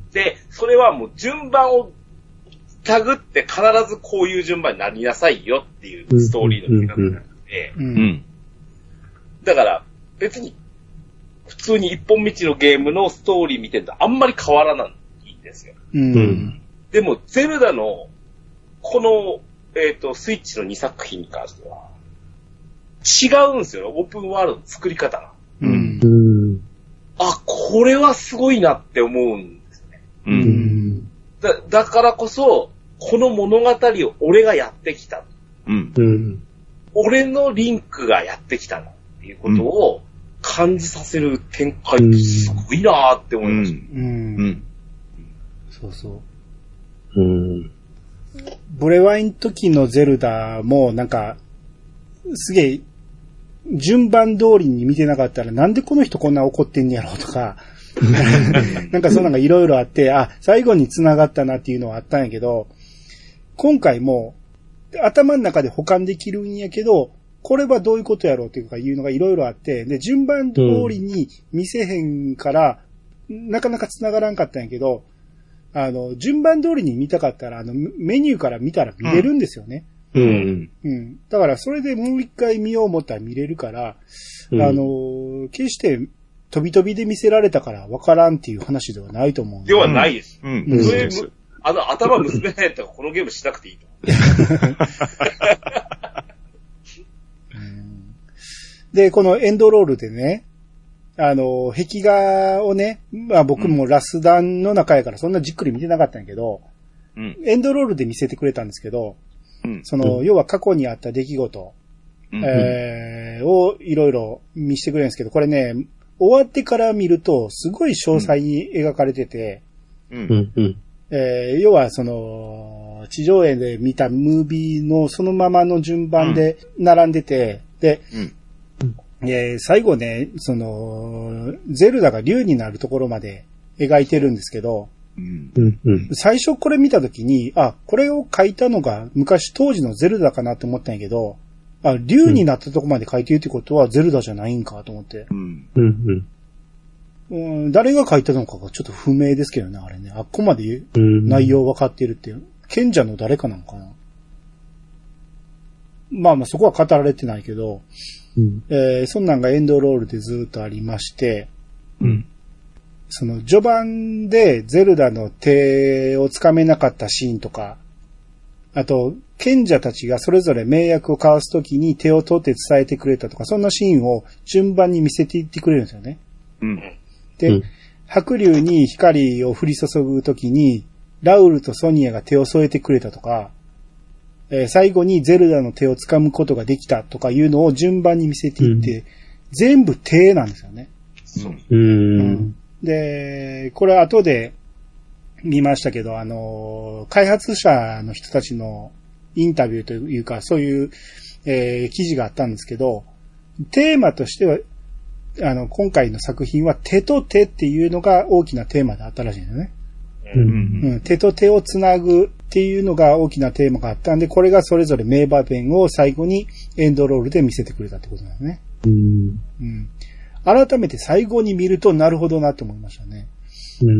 で、それはもう順番をタグって必ずこういう順番になりなさいよっていうストーリーの見方なので、 うん、 だから別に普通に一本道のゲームのストーリー見てるとあんまり変わらないんですよ。 うん、 でもゼルダのこの、えっと、スイッチのにさく品に関しては違うんですよね、オープンワールドの作り方が。 うん、 あ、これはすごいなって思うんうん、だ, だからこそ、この物語を俺がやってきた。うん、俺のリンクがやってきたっていうことを感じさせる展開ってすごいなーって思いました。うんうん、 そうそう。うんブレワイン時のゼルダもなんか、すげえ、順番通りに見てなかったらなんでこの人こんな怒ってんやろうとか、なんかそんなのがいろいろあって、あ、最後に繋がったなっていうのはあったんやけど、今回も頭の中で保管できるんやけど、これはどういうことやろうっていうかいうのがいろいろあって、で、順番通りに見せへんから、うん、なかなか繋がらんかったんやけど、あの、順番通りに見たかったら、あの、メニューから見たら見れるんですよね。うん。うん。だから、それでもう一回見よう思ったら見れるから、うん、あの、決して、飛び飛びで見せられたから分からんっていう話ではないと思う。 ではないです。うん。うん、それ、あの、頭娘ないとこのゲームしなくていいと。 うん、で、このエンドロールでね、あの、壁画をね、まあ僕もラスダンの中やからそんなじっくり見てなかったんやけど、うん、エンドロールで見せてくれたんですけど、うん、その、うん、要は過去にあった出来事、うんえー、をいろいろ見せてくれるんですけど、これね、終わってから見るとすごい詳細に描かれてて、うんうんえー、要はその、地上絵で見たムービーのそのままの順番で並んでて、で、うんえー、最後ね、その、ゼルダが竜になるところまで描いてるんですけど、うんうん、最初これ見たときに、あ、これを描いたのが昔当時のゼルダかなと思ったんやけど、あ、竜になったところまで描いてるってことはゼルダじゃないんかと思って。うんうんうん、誰が描いたのかがちょっと不明ですけどね、あれね。あっこまで内容分かってるって、賢者の誰かなのかな。まあまあそこは語られてないけど、うんえー、そんなんがエンドロールでずっとありまして、うん、その序盤でゼルダの手をつかめなかったシーンとか、あと賢者たちがそれぞれ盟約を交わすときに手を取って伝えてくれたとか、そんなシーンを順番に見せていってくれるんですよね。うん、で、うん、白竜に光を降り注ぐときにラウルとソニアが手を添えてくれたとか、えー、最後にゼルダの手を掴むことができたとかいうのを順番に見せていって、うん、全部手なんですよね。そう。うん、で、これ後で見ましたけど、あの、開発者の人たちのインタビューというか、そういう、えー、記事があったんですけど、テーマとしては、あの、今回の作品は手と手っていうのが大きなテーマであったらしいんですよね。うんうん、手と手をつなぐっていうのが大きなテーマがあったんで、これがそれぞれ名場面を最後にエンドロールで見せてくれたってことなんですね。うんうん、改めて最後に見るとなるほどなと思いましたね。うんうん、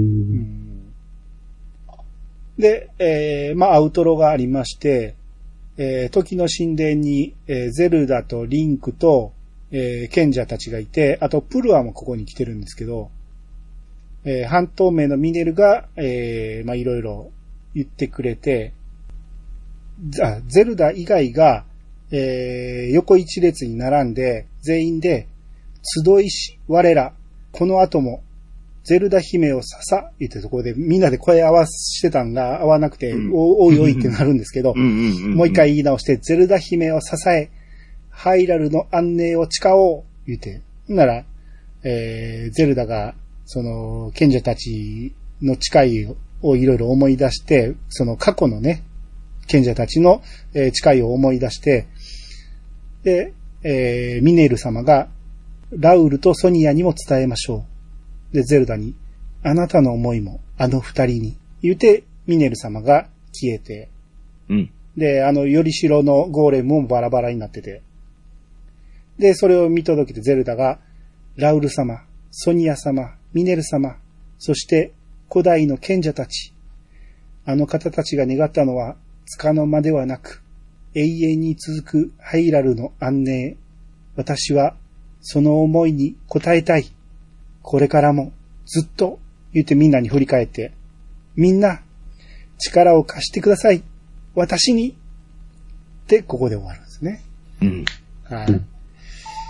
で、えー、まあアウトロがありまして、えー、時の神殿に、えー、ゼルダとリンクと、えー、賢者たちがいて、あとプルアもここに来てるんですけど、えー、半透明のミネルが、えー、まあ、いろいろ言ってくれて、あ、ゼルダ以外が、えー、横一列に並んで、全員で、集いし、我ら、この後も、ゼルダ姫をささ、言ってところで、みんなで声合わせてたんが合わなくて、うん、お、おいおいってなるんですけど、もう一回言い直して、ゼルダ姫を支え、ハイラルの安寧を誓おう、言って、なら、えー、ゼルダが、その、賢者たちの誓いをいろいろ思い出して、その過去のね、賢者たちの誓いを思い出して、で、えー、ミネル様が、ラウルとソニアにも伝えましょう。で、ゼルダに、あなたの思いもあの二人に、言うて、ミネル様が消えて、うん。で、あの、よりしろのゴーレムもバラバラになってて、で、それを見届けてゼルダが、ラウル様、ソニア様、ミネル様、そして古代の賢者たち。あの方たちが願ったのは、束の間ではなく、永遠に続くハイラルの安寧。私は、その思いに応えたい。これからも、ずっと、言ってみんなに振り返って、みんな、力を貸してください。私に。って、ここで終わるんですね。うん。はい。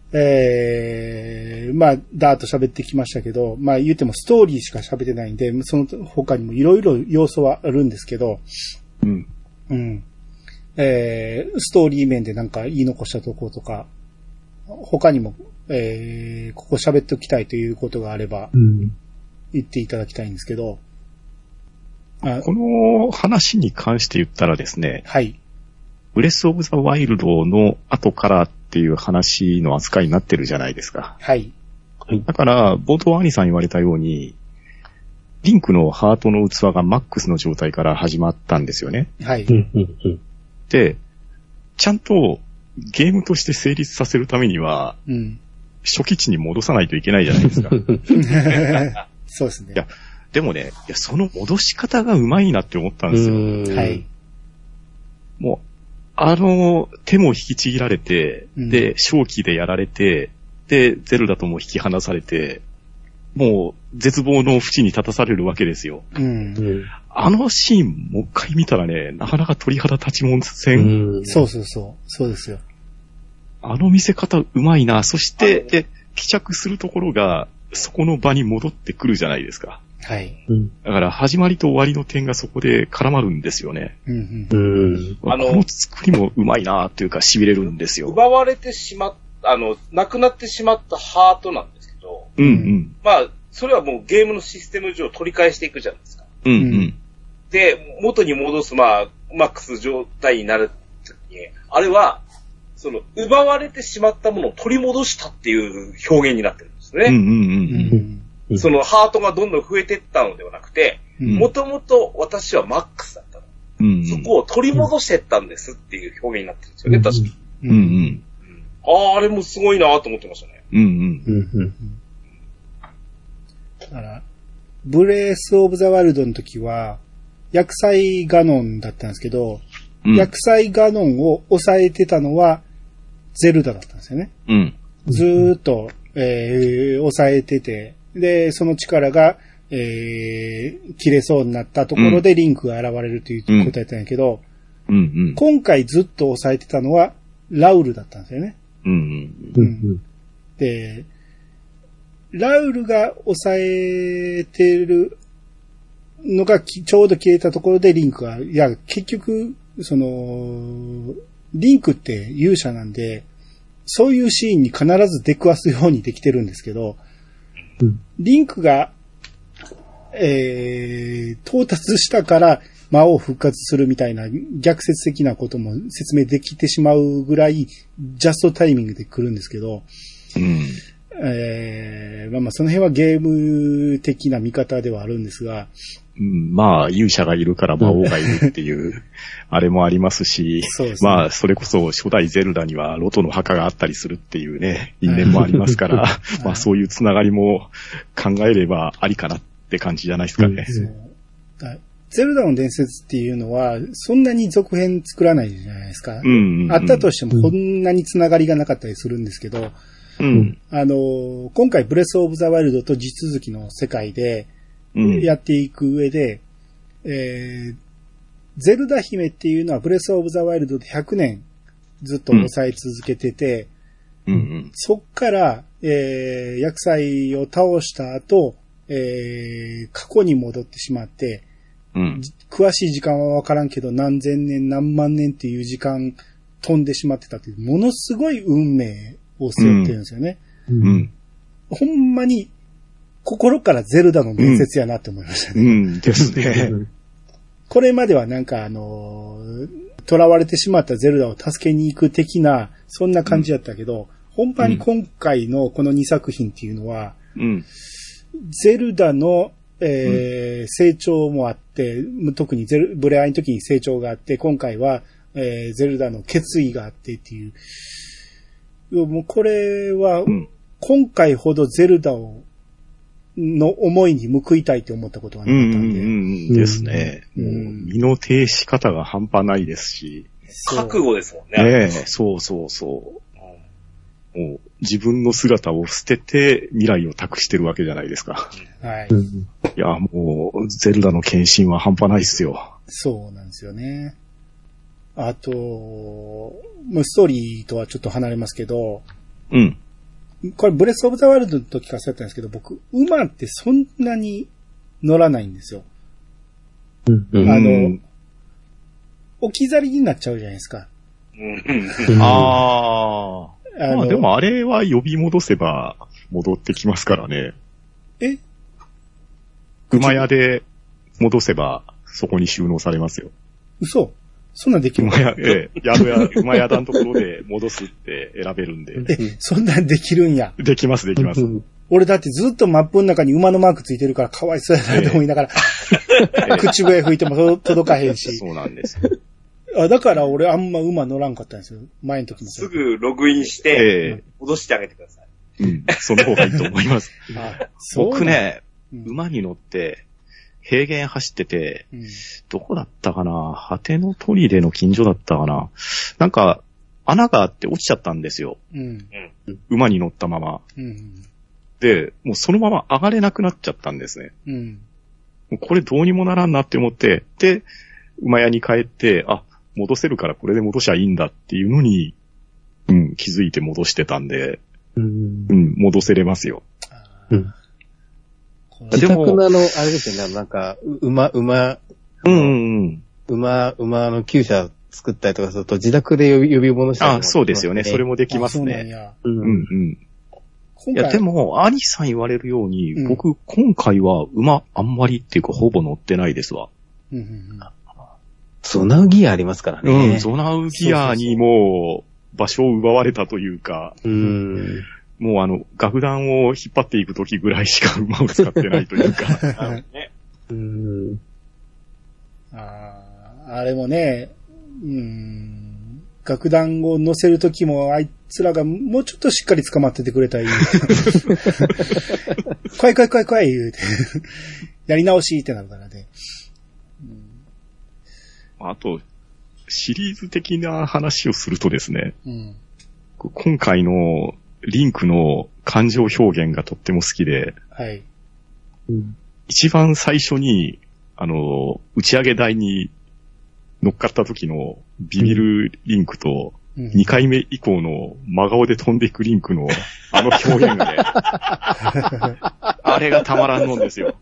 えー、まあ、だーっと喋ってきましたけど、まあ言ってもストーリーしか喋ってないんで、その他にもいろいろ要素はあるんですけど、 うん。 うん。えー、ストーリー面でなんか言い残したところとか、他にも、えー、ここ喋っておきたいということがあれば、言っていただきたいんですけど、 あこの話に関して言ったらですね、 はい。 ブレスオブザワイルドの後からっていう話の扱いになってるじゃないですか。 はい。 だから、冒頭兄さん言われたように、リンクのハートの器がマックスの状態から始まったんですよね。 はい。 で、ちゃんとゲームとして成立させるためには、うん、初期値に戻さないといけないじゃないですか。 そうですね。 いや、でもね、いや、その戻し方がうまいなって思ったんですよ。 はい。 もう、あの、手も引きちぎられて、うん、で、正気でやられて、で、ゼルダとも引き離されて、もう、絶望の淵に立たされるわけですよ。 うん、 あのシーン、もう一回見たらね、なかなか鳥肌立ちもんせん。 うん、そうそうそう。そうですよ。 あの見せ方うまいな。そして、で、帰着するところが、そこの場に戻ってくるじゃないですか。 はい。 だから、始まりと終わりの点がそこで絡まるんですよね。 うんうん、 あの、この作りもうまいなというか、痺れるんですよ。 奪われてしまった、あの、亡くなってしまったハートなんですけど、 うんうん。 まあ、それはもうゲームのシステム上取り返していくじゃないですか。 うんうん。 で、元に戻す、まあ、マックス状態になるときに、あれは、その、奪われてしまったものを取り戻したっていう表現になってるんですね。 うんうんうんうん、その、ハートがどんどん増えていったのではなくて、もともと私はマックスだったの、 うんうん。 そこを取り戻していったんですっていう表現になってるんですよね、確かに。 うんうん。 ああ、あれもすごいなと思ってましたね。 うんうんうん。 だから、ブレースオブザワールドの時は、薬剤ガノンだったんですけど、うん、薬剤ガノンを抑えてたのは、ゼルダだったんですよね。 うん。 ずーっと、えー、抑えてて、で、その力が、えー、切れそうになったところでリンクが現れるということやったんやけど、 うんうん、 今回ずっと抑えてたのは、ラウルだったんですよね。 うんうん、 で、ラウルが抑えてるのがちょうど消えたところでリンクが、いや、結局、その、リンクって勇者なんで、そういうシーンに必ず出くわすようにできてるんですけど、うん、リンクが、えー、到達したから魔王復活するみたいな逆説的なことも説明できてしまうぐらい、ジャストタイミングで来るんですけど、 うんえー、まあまあその辺はゲーム的な見方ではあるんですが、 うん、まあ勇者がいるから魔王がいるっていう、うん、あれもありますし、 そうですね、 まあそれこそ初代ゼルダにはロトの墓があったりするっていうね、因縁もありますから、まあそういうつながりも考えればありかなって感じじゃないですかね。 うん、ゼルダの伝説っていうのはそんなに続編作らないじゃないですか。 うんうんうん、 あったとしてもこんなにつながりがなかったりするんですけど、 うん、 あの、今回ブレスオブザワイルドと地続きの世界でやっていく上で、うん、えー、ゼルダ姫っていうのはブレスオブザワイルドでひゃくねんずっと抑え続けてて、 うんうん、 そっから、えー、薬剤を倒した後、えー、過去に戻ってしまって、 うん、 詳しい時間はわからんけど何千年何万年っていう時間飛んでしまってたっていう、ものすごい運命を背負ってるんですよね。 うんうん、 ほんまに心からゼルダの伝説やなって思いましたね。 うん、うん、ですね。 これまではなんかあのー、囚われてしまったゼルダを助けに行く的な、そんな感じだったけど、うん、本当に今回のこのにさく品っていうのは、 うん、 ゼルダの、えーうん、成長もあって、特にゼルブレアイの時に成長があって、今回は、えー、ゼルダの決意があってっていう、もうこれは、今回ほどゼルダをの思いに報いたいと思ったことがなかったんで。 うんうんうん、ですね。うん、もう身の挺し方が半端ないですし。 覚悟ですもんね。 ねえ、そうそうそう。もう自分の姿を捨てて未来を託してるわけじゃないですか。 はい。 いや、もう、ゼルダの献身は半端ないっすよ。 そうなんですよね。あと、もうストーリーとはちょっと離れますけど、 うん。 これブレスオブザワールドの時からそうやったんですけど、僕、馬ってそんなに乗らないんですよ。 うんうん、 あの、置き去りになっちゃうじゃないですか。 うん、ああ。まあでもあれは呼び戻せば戻ってきますからね。 え？ 馬屋で戻せばそこに収納されますよ。 嘘？そんなんできるの？ 馬屋、ええ、宿屋、馬屋だのところで戻すって選べるんで。 え、そんなんできるんや。 できます、できます。 俺だってずっとマップの中に馬のマークついてるからかわいそうやなと思いながら、ええ、口笛吹いても届かへんし。 そうなんです。 あ、だから俺あんま馬乗らんかったんですよ。前の時も。 すぐログインして、戻してあげてください。 うん。その方がいいと思います。あ、僕ね、うん、馬に乗って、平原走ってて、うん、どこだったかな、果ての砦の近所だったかな。なんか、穴があって落ちちゃったんですよ。うん、馬に乗ったまま、うん。で、もうそのまま上がれなくなっちゃったんですね。うん、もうこれどうにもならんなって思って、で、馬屋に帰って、あ、戻せるからこれで戻しゃいいんだっていうのに、うん、気づいて戻してたんで、うん、うん、戻せれますよ。うん、 自宅のあの、あれですよね、なんか、馬、馬、 うんうんうん、 馬、馬の厩舎作ったりとかすると自宅で呼び、呼び戻したりとか、 ね。あ、そうですよね。それもできますね。うんうん。いや、でも、アニさん言われるように、うん、僕、今回は馬あんまりっていうかほぼ乗ってないですわ。うんうんうん、 ゾナウギアありますからね。 うん、ゾナウギアにも場所を奪われたというか、そうそうそう、うん、もうあの、楽団を引っ張っていくときぐらいしか馬を使ってないというか。 うん、あ, あれもね、うん、楽団を乗せるときもあいつらがもうちょっとしっかり捕まっててくれたらいい。来い来い来い来い言うて。やり直しってなるからね。 あと、シリーズ的な話をするとですね、うん、今回のリンクの感情表現がとっても好きで、はい、うん、一番最初に、あの、打ち上げ台に乗っかった時のビビるリンクと、うん、にかいめ以降の真顔で飛んでいくリンクのあの表現がね、あれがたまらんのんですよ。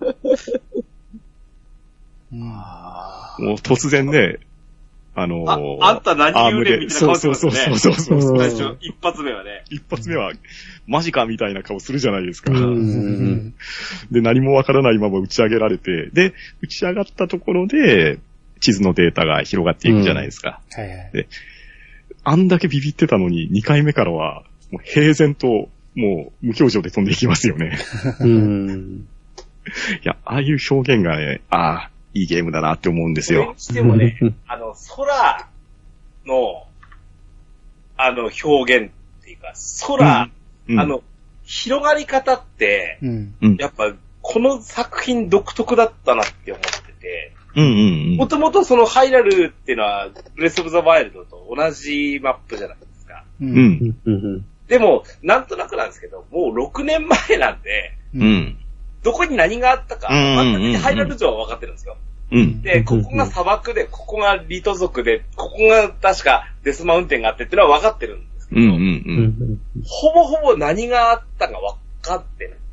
うん、もう突然ね、あのー、 あ、あんた何言うねんみたいな顔してますね。 そうそうそうそう。 最初、一発目はね。 一発目は、マジかみたいな顔するじゃないですか。うんで、何もわからないまま打ち上げられて、で、打ち上がったところで、地図のデータが広がっていくじゃないですか。うん、はいはい、で、あんだけビビってたのに、にかいめからは、もう平然と、もう無表情で飛んでいきますよね。うんいや、ああいう表現がね、ああ、いいゲームだなって思うんですよ。 それにしてもね、あの、空の、あの、表現っていうか、空、うん、あの、広がり方って、うん、やっぱ、この作品独特だったなって思ってて、もともとそのハイラルっていうのは、ブレスオブザワイルドと同じマップじゃないですか。うんうん、でも、なんとなくなんですけど、もうろくねんまえなんで、うんどこに何があったか、全くハイラル城は分かってるんですよ。うん、で、ここが砂漠で、ここがリト族で、ここが確かデスマウンテンがあってっていうのは分かってるんですけど、うんうんうん、ほぼほぼ何があったか分かってる。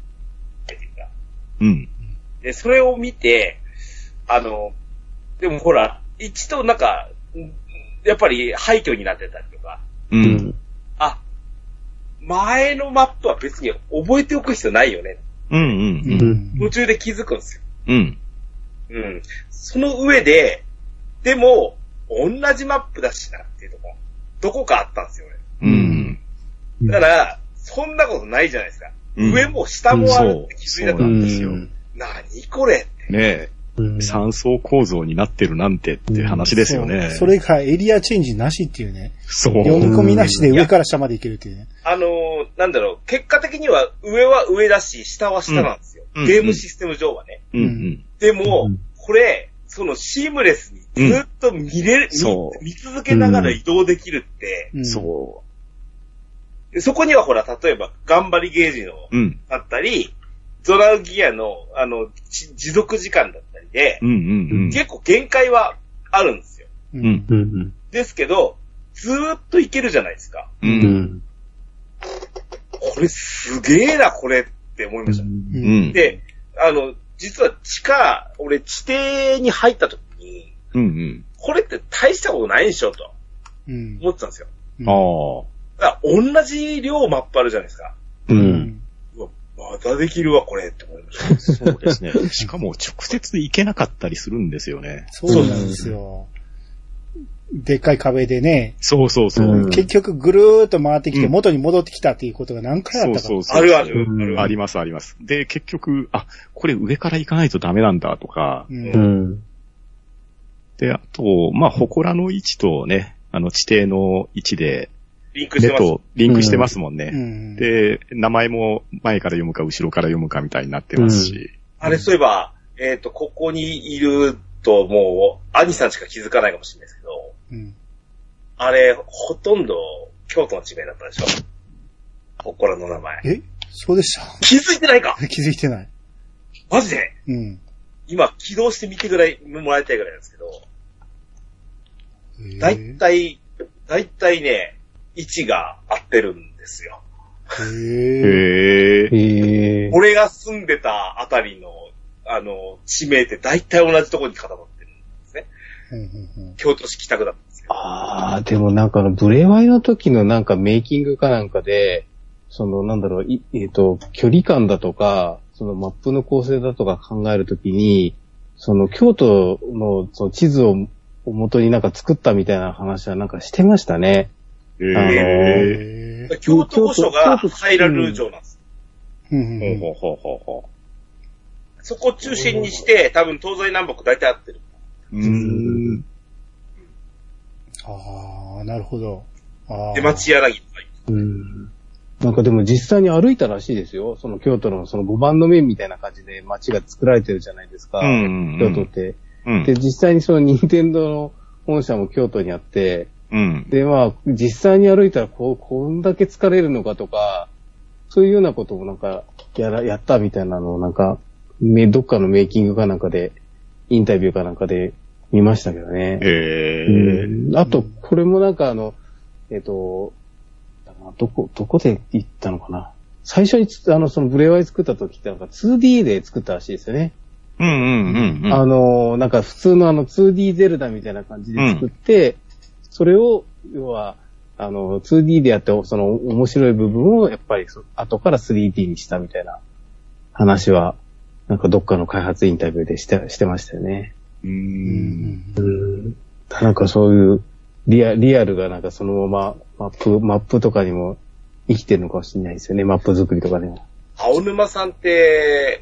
うん。で、それを見て、あの、でもほら、一度なんか、やっぱり廃墟になってたりとか、うん、あ、前のマップは別に覚えておく必要ないよね。うんうんうん。途中で気づくんですよ。うん。うん。その上で、でも、同じマップだしなっていうとこ、どこかあったんですよ、俺。うん。だから、そんなことないじゃないですか。うん、上も下もあるって気づいたんですよ。何これって。 ねえ。三層構造になってるなんてって話ですよね。 うん、そ, それがエリアチェンジなしっていうね。そう。読み込みなしで上から下までいけるっていうね。 あのー、なんだろう、結果的には上は上だし、下は下なんですよ。うん、ゲームシステム上はね。うんうん、でも、うん、これ、そのシームレスにずっと見れる、うん、見, 見続けながら移動できるって、うん、そうで。そこにはほら、例えば、頑張りゲージの、だったり、ゾナウギアの、あの、持続時間だったりで、うんうんうん、結構限界はあるんですよ。うんうんうん、ですけど、ずーっといけるじゃないですか。うん、 これすげえな、これって思いました。うん、で、あの、実は地下、俺地底に入った時に、うんうん、これって大したことないでしょ、と思ってたんですよ。うん、あだ同じ量マップあるじゃないですか。うん。うわ、またできるわ、これって思いました。 そうですね。しかも直接行けなかったりするんですよね。 そうなんですよ。でっかい壁でね。 そうそうそう。 うん、結局ぐるーっと回ってきて元に戻ってきたっていうことが何回あったか。 そうそうそう。 あるある、うん。 ありますあります。で、結局、あ、これ上から行かないとダメなんだとか。うん、で、あと、まあ、祠の位置とね、あの地底の位置で、 リンクしてます。とリンクしてますもんね、うん。で、名前も前から読むか後ろから読むかみたいになってますし。うん、 あれ、そういえば、えっと、ここにいるともう、兄さんしか気づかないかもしれないですけど、うん、あれ、ほとんど京都の地名だったでしょ。祠の名前。 えそうでした。 気づいてないか気づいてない。 マジでうん。今、起動してみてぐらい、もらいたいぐらいなんですけど、だいたい、だいたいね、位置が合ってるんですよ。へー。へー。俺が住んでたあたりの、あの、地名ってだいたい同じところに固まってるんですね。うんうんうん、京都市北区だったんですけど。 ああ、でもなんかあの、ブレワイの時のなんかメイキングかなんかで、そのなんだろう、いえっと、距離感だとか、そのマップの構成だとか考えるときに、その京都のその地図を元になんか作ったみたいな話はなんかしてましたね。 えー、あのー、京都御所が入らる城なんです。うん。ほうほうほうほう。そこを中心にして、多分東西南北大体合ってる。うーん。 ああ、なるほど。 あで、町柳とかうん。なんかでも実際に歩いたらしいですよ。その京都のその五番の面みたいな感じで街が作られてるじゃないですか。うんうんうん、京都って、うん。で、実際にその任天堂の本社も京都にあって、うん、で、まあ、実際に歩いたらこう、こんだけ疲れるのかとか、そういうようなこともなんか、やら、やったみたいなのをなんか、どっかのメイキングかなんかで、インタビューかなんかで見ましたけどね。へー。うん、あと、これもなんかあの、えっと、どこ、どこで行ったのかな。最初にあの、そのブレワイ作った時ってなんか ツーディー で作ったらしいですよね。うんうんうん、うん。あの、なんか普通のあの ツーディー ゼルダみたいな感じで作って、うん、それを、要は、あの、ツーディー でやって、その面白い部分をやっぱり後から スリーディー にしたみたいな話は、なんかどっかの開発インタビューでして、してましたよね。うーん。うん。なんかそういうリア、リアルがなんかそのままマップ、マップとかにも生きてるのかもしれないですよね。マップ作りとかでも。 青沼さんって、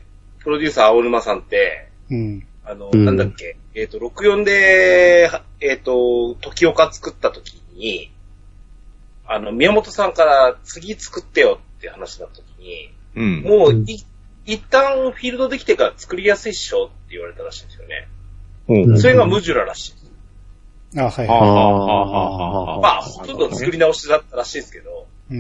プロデューサー青沼さんって、うん。あの、うん、なんだっけ、えっと、ろくじゅうよんで、えっと、時岡作った時に、あの、宮本さんから次作ってよって話になった時に、うん、もうい、一旦フィールドできてから作りやすいっしょって言われたらしいんですよね。うん、それがムジュラらしい。あ、はいはい。まあ、ほとんど作り直しだったらしいですけど、うん、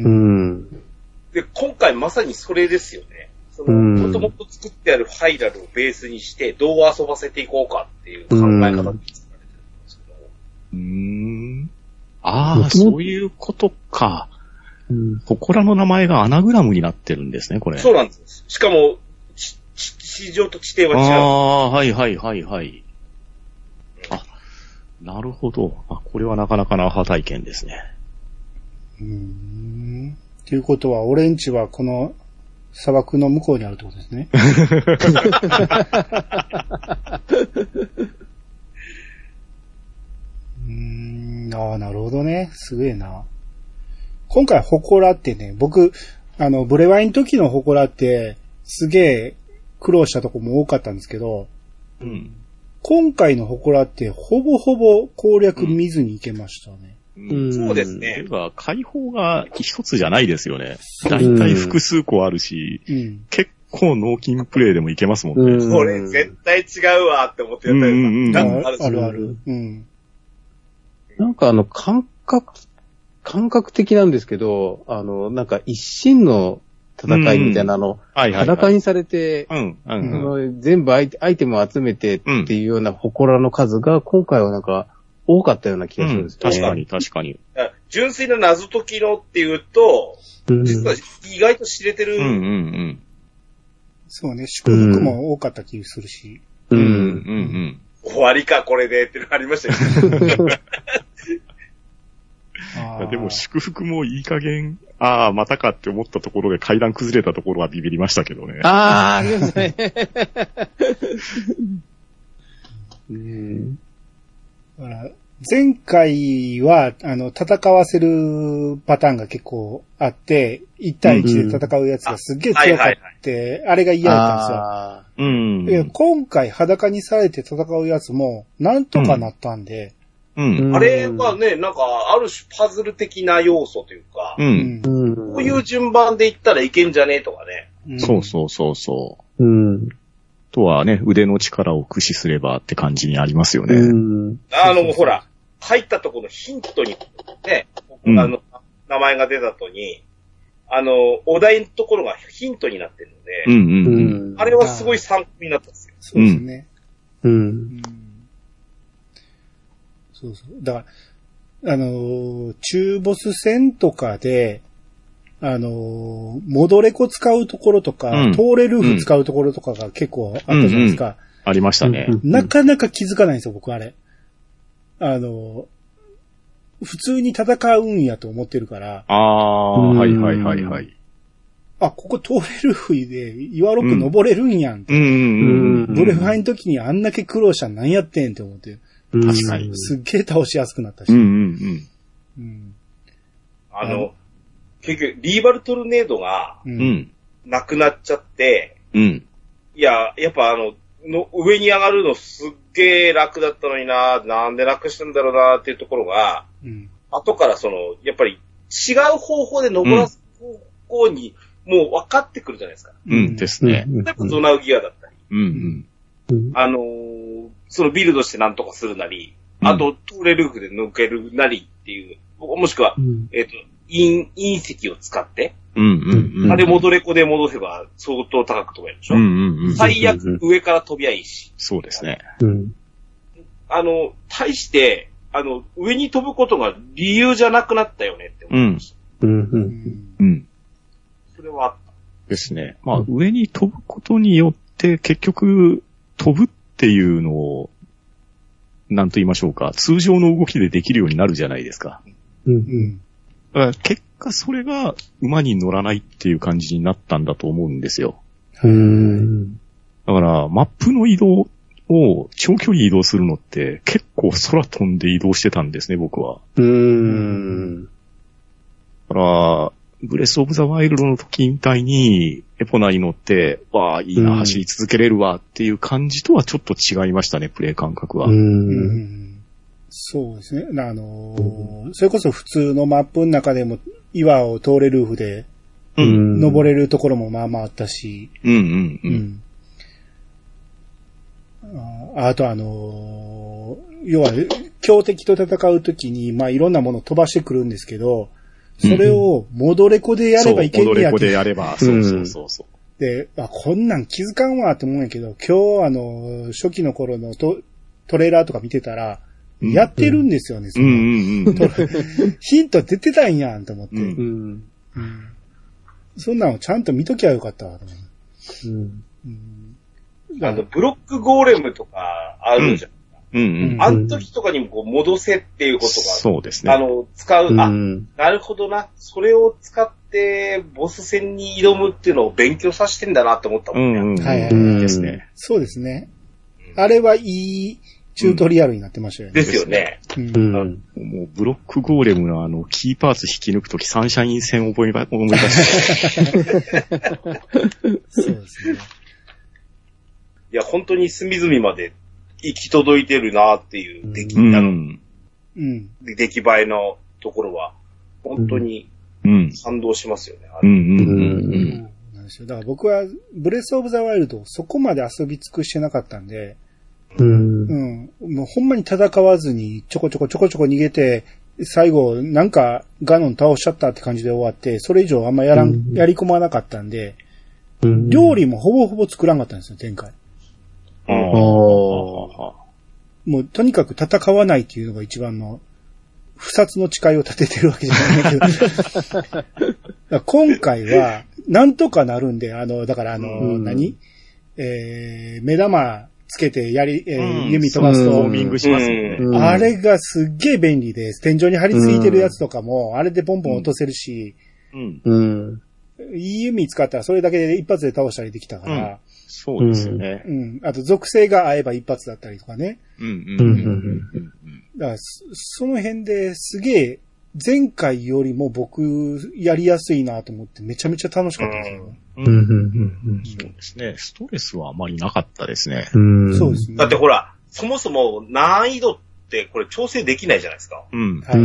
で、今回まさにそれですよね。その、もともと作ってあるファイラルをベースにして、どう遊ばせていこうかっていう考え方に作られてるんですけど。 うーん。ああ、そういうことか。うん。祠の名前がアナグラムになってるんですね、これ。 そうなんです。しかも、ち、ち、地上と地底は違う。 ああ、はいはいはいはい。うん、あ、なるほど。あ、これはなかなかなアハ体験ですね。 うーん。ということは、俺んちはこの砂漠の向こうにあるってことですね。うーん、ああ、なるほどね。すげえな。今回、祠ってね、僕、あの、ブレワイの時の祠って、すげえ苦労したとこも多かったんですけど、うん、今回の祠って、ほぼほぼ攻略見ずに行けましたね。 うんうん、そうですね。 では、解放が一つじゃないですよね。だいたい複数個あるし、うん、結構脳筋プレイでもいけますもんね。 これ絶対違うわって思ってやったり、うんうん、 あるあるある。うん、 なんかあの、感覚、感覚的なんですけど、あの、なんか一心の戦いみたいなの、うんはいはいはい、裸にされて、うんうんうん、全部アイテムを集めてっていうような祠の数が今回はなんか多かったような気がするんですね、うん。確かに確かに。 純粋な謎解きのっていうと、実は意外と知れてる。うんうんうん。 そうね、祝福も多かった気がするし。 うんうんうん。 終わりか、これでってのありましたよね。 でも祝福もいい加減、ああ、またかって思ったところで階段崩れたところはビビりましたけどね。 ああ、ありますね。うん、 だから前回は、あの、戦わせるパターンが結構あって、いち対いちで戦うやつがすっげえ強かって、あれが嫌だったんですよ。うん、で今回裸にされて戦うやつも、なんとかなったんで、 うんうん、あれはね、なんか、ある種パズル的な要素というか、うん、こういう順番でいったらいけんじゃねえとかね。 うん、そうそうそうそう。うん、とはね、腕の力を駆使すればって感じにありますよね。うん、 あの、ほら、入ったところのヒントに、ね、うん、あの、名前が出た後に、あの、お題のところがヒントになってるので、うんうんうん、あれはすごい参考になったんですよ。 そうですね。うん。うんそうそう。だから、あのー、中ボス戦とかで、あのー、戻れ子使うところとか、うん、通れルーフ使うところとかが結構あったじゃないですか。うんうん、 ありましたね。 なかなか気づかないんですよ、僕あれ。あのー、普通に戦うんやと思ってるから。 ああ、はいはいはいはい。 あ、ここ通れルーフで岩ロック登れるんやんって。うんうんうん、ブレファイの時にあんだけ苦労したら何やってんって思って。 確かに。 すっげえ倒しやすくなったし。 うんうんうんうん、 あの、結局、リーバルトルネードが、うん。なくなっちゃって、うん。いや、やっぱあの、の上に上がるのすっげえ楽だったのにな、なんで楽したんだろうなっていうところが、うん。後からその、やっぱり違う方法で登らす方向に、もう分かってくるじゃないですか。 うん、うん、ですね。 例えばゾナウギアだったり。うんうん。あのー、そのビルドしてなんとかするなり、うん、あと、トーレルーフで抜けるなりっていう、もしくは、うん、えっ、ー、と、隕、隕石を使って、うんうんうん、あれ戻れ子で戻せば相当高く飛べるでしょ、うんうんうん、最悪上から飛びゃいいし。 そうですね。 うん、あの、対して、あの、上に飛ぶことが理由じゃなくなったよねって思いました。うんうんうんうん、それはあった。 ですね。まあ、上に飛ぶことによって結局飛ぶっていうのを、なんと言いましょうか、通常の動きでできるようになるじゃないですか。うんうん、だから結果それが馬に乗らないっていう感じになったんだと思うんですよ。うーんだからマップの移動を長距離移動するのって結構空飛んで移動してたんですね、僕は。うーんだからブレスオブザワイルドの時みたいにエポナに乗って、わあ、いいな、走り続けれるわっていう感じとはちょっと違いましたね、プレイ感覚は。うーんそうですね。あのーうん、それこそ普通のマップの中でも岩を通れるルーフで、うん、登れるところもまあまああったし、うんうんうんうん、あ, あとあのー、要は強敵と戦うときにまあいろんなものを飛ばしてくるんですけど、それを戻れ子でやればいけんねやって。 戻れ子でやれば、そうそうそうそう。 で、あ、こんなん気づかんわって思うんやけど、今日あの、初期の頃のト、トレーラーとか見てたら、やってるんですよね、その、うんうんうん、ヒント出てたんやんと思って、うんうん。そんなのちゃんと見ときゃよかったわと思う、うんうん。あの、ブロックゴーレムとかあるじゃん。うんうんうん、あの時とかにもこう戻せっていうことが、 そうですね。 あの、使う、あ、うん、なるほどな。それを使ってボス戦に挑むっていうのを勉強させてんだなって思ったもんね。うんうん、はいはいはい。 ですね。そうですね。あれはいいチュートリアルになってましたよね。 ですよね。うん、 もうブロックゴーレムのあの、キーパーツ引き抜くときサンシャイン戦を覚えば、思い出して。 そうですね。 いや、本当に隅々まで行き届いてるなっていう出来、うん、あの、うん、出来栄えのところは、本当に賛同しますよね。うんうんうんうんだから僕はブレスオブザワイルドそこまで遊び尽くしてなかったんで、うん、うん、もうほんまに戦わずにちょこちょこちょこちょこ逃げて、最後なんかガノン倒しちゃったって感じで終わって、それ以上あんまやらん、うん、やり込まなかったんで、うん、料理もほぼほぼ作らんかったんですよ、前回。あもうとにかく戦わないっていうのが一番の不殺の誓いを立ててるわけじゃないけど。今回は、なんとかなるんで、あの、だからあの、うん、何えー、目玉つけてやり、えー、弓飛ばすと、 ウォーミングしますよね、 うん。あれがすっげえ便利です。天井に張り付いてるやつとかも、あれでポンポン落とせるし、 うんうん、 いい弓使ったらそれだけで一発で倒したりできたから、うん、 そうですよね。 うん。あと属性が合えば一発だったりとかね。 うんうんうんうん。 だからその辺ですげえ、前回よりも僕やりやすいなと思ってめちゃめちゃ楽しかったですよ。 うんうんうんうん、そうですね。ストレスはあまりなかったですね。 うん、そうですね。 だってほら、そもそも難易度ってこれ調整できないじゃないですか。 うん。 はい。うん、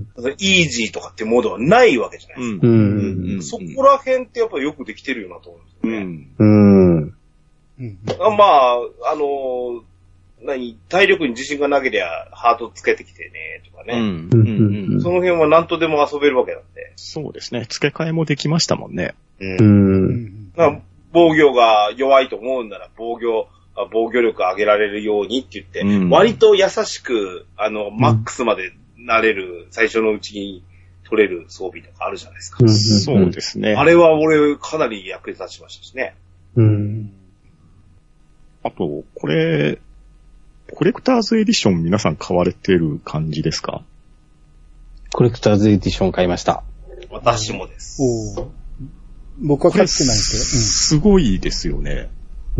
イージーとかってモードはないわけじゃないですか。 うんうんうん、 そこら辺ってやっぱりよくできてるよなと思うんですよね。 うん。うんうん、 まあ、あの、何、体力に自信がなけりゃハートつけてきてね、とかね。 うんうんうん、 その辺は何とでも遊べるわけなんで。 そうですね。付け替えもできましたもんね。 うん。 まあ、防御が弱いと思うんなら防御、防御力上げられるようにって言って、うん、割と優しく、あの、マックスまでなれる、最初のうちに取れる装備とかあるじゃないですか。 うん、そうですね。 あれは俺かなり役に立ちましたしね。 うん。 あと、これ、コレクターズエディション皆さん買われてる感じですか？ コレクターズエディション買いました。 私もです。 お僕は買ってないんですけど。うん、 すごいですよね。 うん。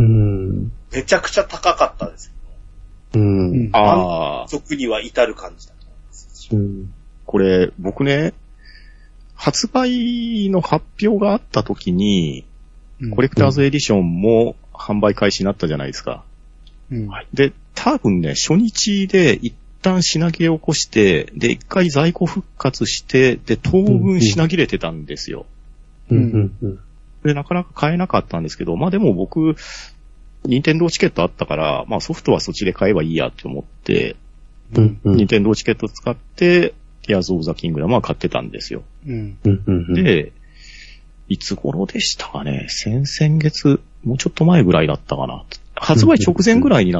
めちゃくちゃ高かったですけど。うん。 ああ。 満足には至る感じだと思います。 うん。 これ、僕ね、発売の発表があった時に、うん、コレクターズエディションも販売開始になったじゃないですか。 うん、 で、多分ね、初日で一旦品切れを起こして、で、一回在庫復活して、で、当分品切れてたんですよ。 うんうんうん、 で、なかなか買えなかったんですけど、まあでも僕、任天堂チケットあったから、まあソフトはそっちで買えばいいやって思って、 うんうん、 任天堂チケット使って、ティアーズ・オブ・ザ・キングダムは買ってたんですよ。 うんうんうん、 で、いつ頃でしたかね、先々月、もうちょっと前ぐらいだったかな。発売直前ぐらいになって、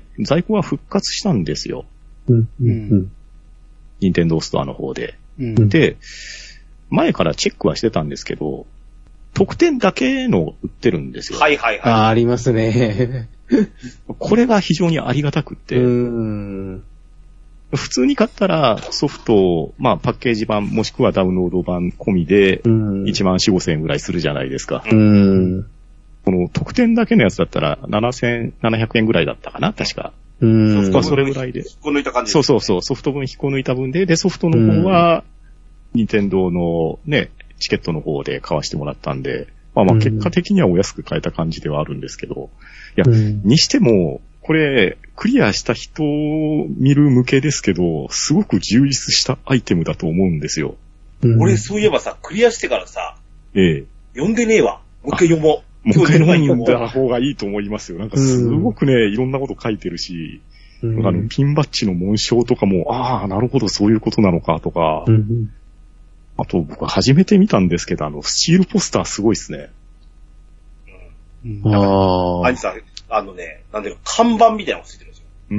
在庫が復活したんですよ。 うんうん、 任天堂ストアの方で、 うん。 で、前からチェックはしてたんですけど、特典だけの売ってるんですよ。 はいはいはい。 あ、ありますね。 これが非常にありがたくって、 うん普通に買ったらソフト、まあパッケージ版もしくはダウンロード版込みでいちまんよん、ごせんえんぐらいするじゃないですか。 うんこの特典だけのやつだったらななせんななひゃくえんぐらいだったかな、確か。 うん。 まあそれぐらいで。 引っこ抜いた感じ。 そうそうそう、ソフト分引っこ抜いた分で、でソフトの方は、任天堂のね、チケットの方で買わしてもらったんで、まあまあ結果的にはお安く買えた感じではあるんですけど、いや、うん、にしても、これ、クリアした人を見る向けですけど、すごく充実したアイテムだと思うんですよ。 うん、俺、そういえばさ、クリアしてからさ、 ええ。 読んでねえわ。もう一回読もう。 もう一回読んだ方がいいと思いますよ。なんかすごくね、いろんなこと書いてるし、うん、あのピンバッジの紋章とかも、ああ、なるほど、そういうことなのかとか、 うん、 あと僕初めて見たんですけど、あの、スチールポスターすごいですね。 うん。ああ。兄さん、あのね、なんていうか、看板みたいなのがついてるんですよ。 うん。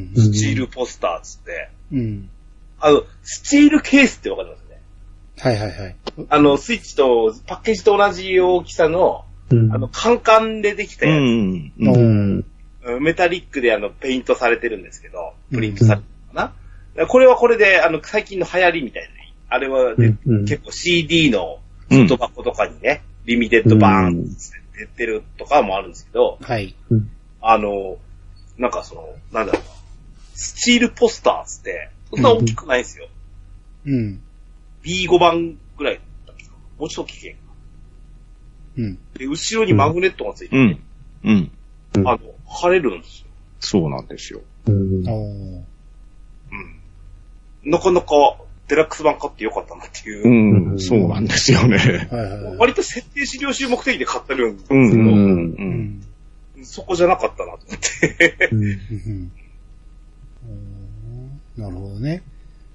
スチールポスターつって。 うん。 あの、スチールケースってわかりますね。 はいはいはい。 あの、スイッチと、パッケージと同じ大きさの、うん、あの、カンカンでできたやつ。 うんうんうん、メタリックであの、ペイントされてるんですけど、プリントされてるのかな、うん、これはこれで、あの、最近の流行りみたいな。あれは、ねうん、結構 シーディー の外箱とかにね、うん、リミテッドバーンって出てるとかもあるんですけど、 はい。 あの、なんかその、なんだろうな、スチールポスターって、そんな大きくないんですよ。 うん。 ビーご 番ぐらいだっけか。もうちょっと大きい。 うん。 で、後ろにマグネットがついてて、 うん。うん。 あの、貼れるんですよ。 そうなんですよ。 うん。 うん。 なかなか、デラックス版買ってよかったなっていう。 うん、そうなんですよね。 割と設定資料集目的で買ってるんですけど、 うんうんうん、そこじゃなかったなと思って、 うん。なるほどね。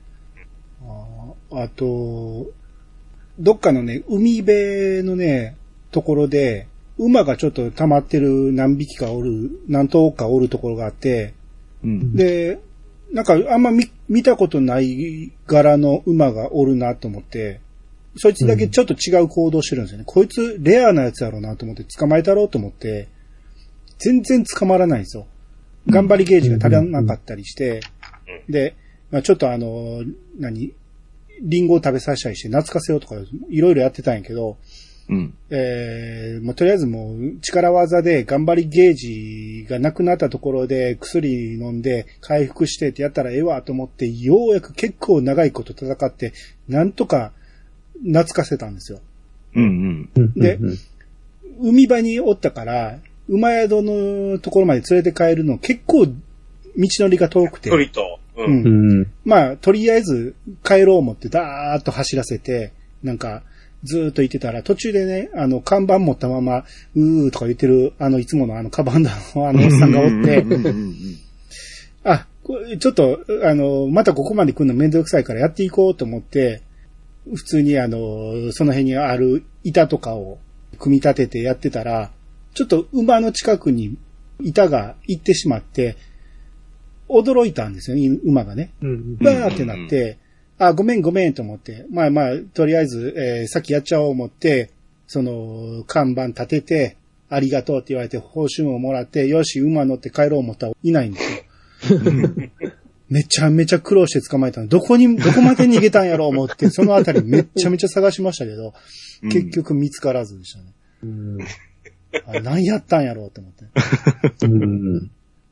あ, あと、どっかのね、海辺のね、ところで、馬がちょっと溜まってる何匹かおる、何頭かおるところがあって、 うん、 で、 なんかあんま見、見たことない柄の馬がおるなと思って、そいつだけちょっと違う行動してるんですよね。うん、こいつレアなやつやろうなと思って捕まえたろうと思って、全然捕まらないんですよ。頑張りゲージが足らなかったりして、うん、で、まあ、ちょっとあの、何リンゴを食べさせたりして懐かせようとかいろいろやってたんやけど、うん、えー、まあ、とりあえずもう力技で頑張りゲージがなくなったところで薬飲んで回復してってやったらええわと思ってようやく結構長いこと戦ってなんとか懐かせたんですよ。うんうん、で、海場におったから馬宿のところまで連れて帰るの結構道のりが遠くて。 距離と。 うん。うん、まあ、とりあえず帰ろう思ってダーッと走らせて、なんか、ずーっと行ってたら、途中でね、あの、看板持ったまま、うーとか言ってる、あの、いつものあの、カバンのあの、おっさんがおって、あ、ちょっと、あの、またここまで来るのめんどくさいからやっていこうと思って、普通にあの、その辺にある板とかを組み立ててやってたら、ちょっと馬の近くに板が行ってしまって、驚いたんですよね、馬がね。バーってなって、あ、ごめんごめんと思って、まあまあ、とりあえず、えー、さっきやっちゃおう思って、その、看板立てて、ありがとうって言われて、報酬ももらって、よし、馬乗って帰ろう思ったらいないんですよ。めちゃめちゃ苦労して捕まえたの。どこに、どこまで逃げたんやろう思って、そのあたりめっちゃめちゃ探しましたけど、結局見つからずでしたね。うんあ何やったんやろうと思って。うん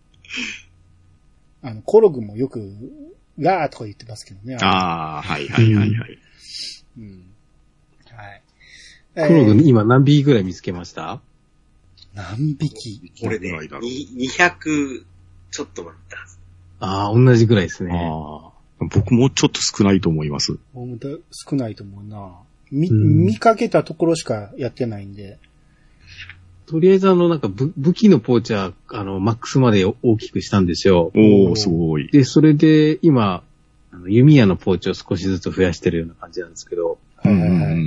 あの、コログもよく、ガーとか言ってますけどね。 ああ、はいはいはいはい。うん。 はい。コログ今何匹ぐらい見つけました？ 何匹？ 俺ね、にひゃくちょっと待った。 ああ、同じぐらいですね。 あ僕もちょっと少ないと思います。 少ないと思うな。見、うん、見かけたところしかやってないんで。 とりあえずあの、なんか武、武器のポーチは、あの、マックスまで大きくしたんですよ。 おー、すごい。 で、それで、今、あの弓矢のポーチを少しずつ増やしてるような感じなんですけど。はいはいはい。うん。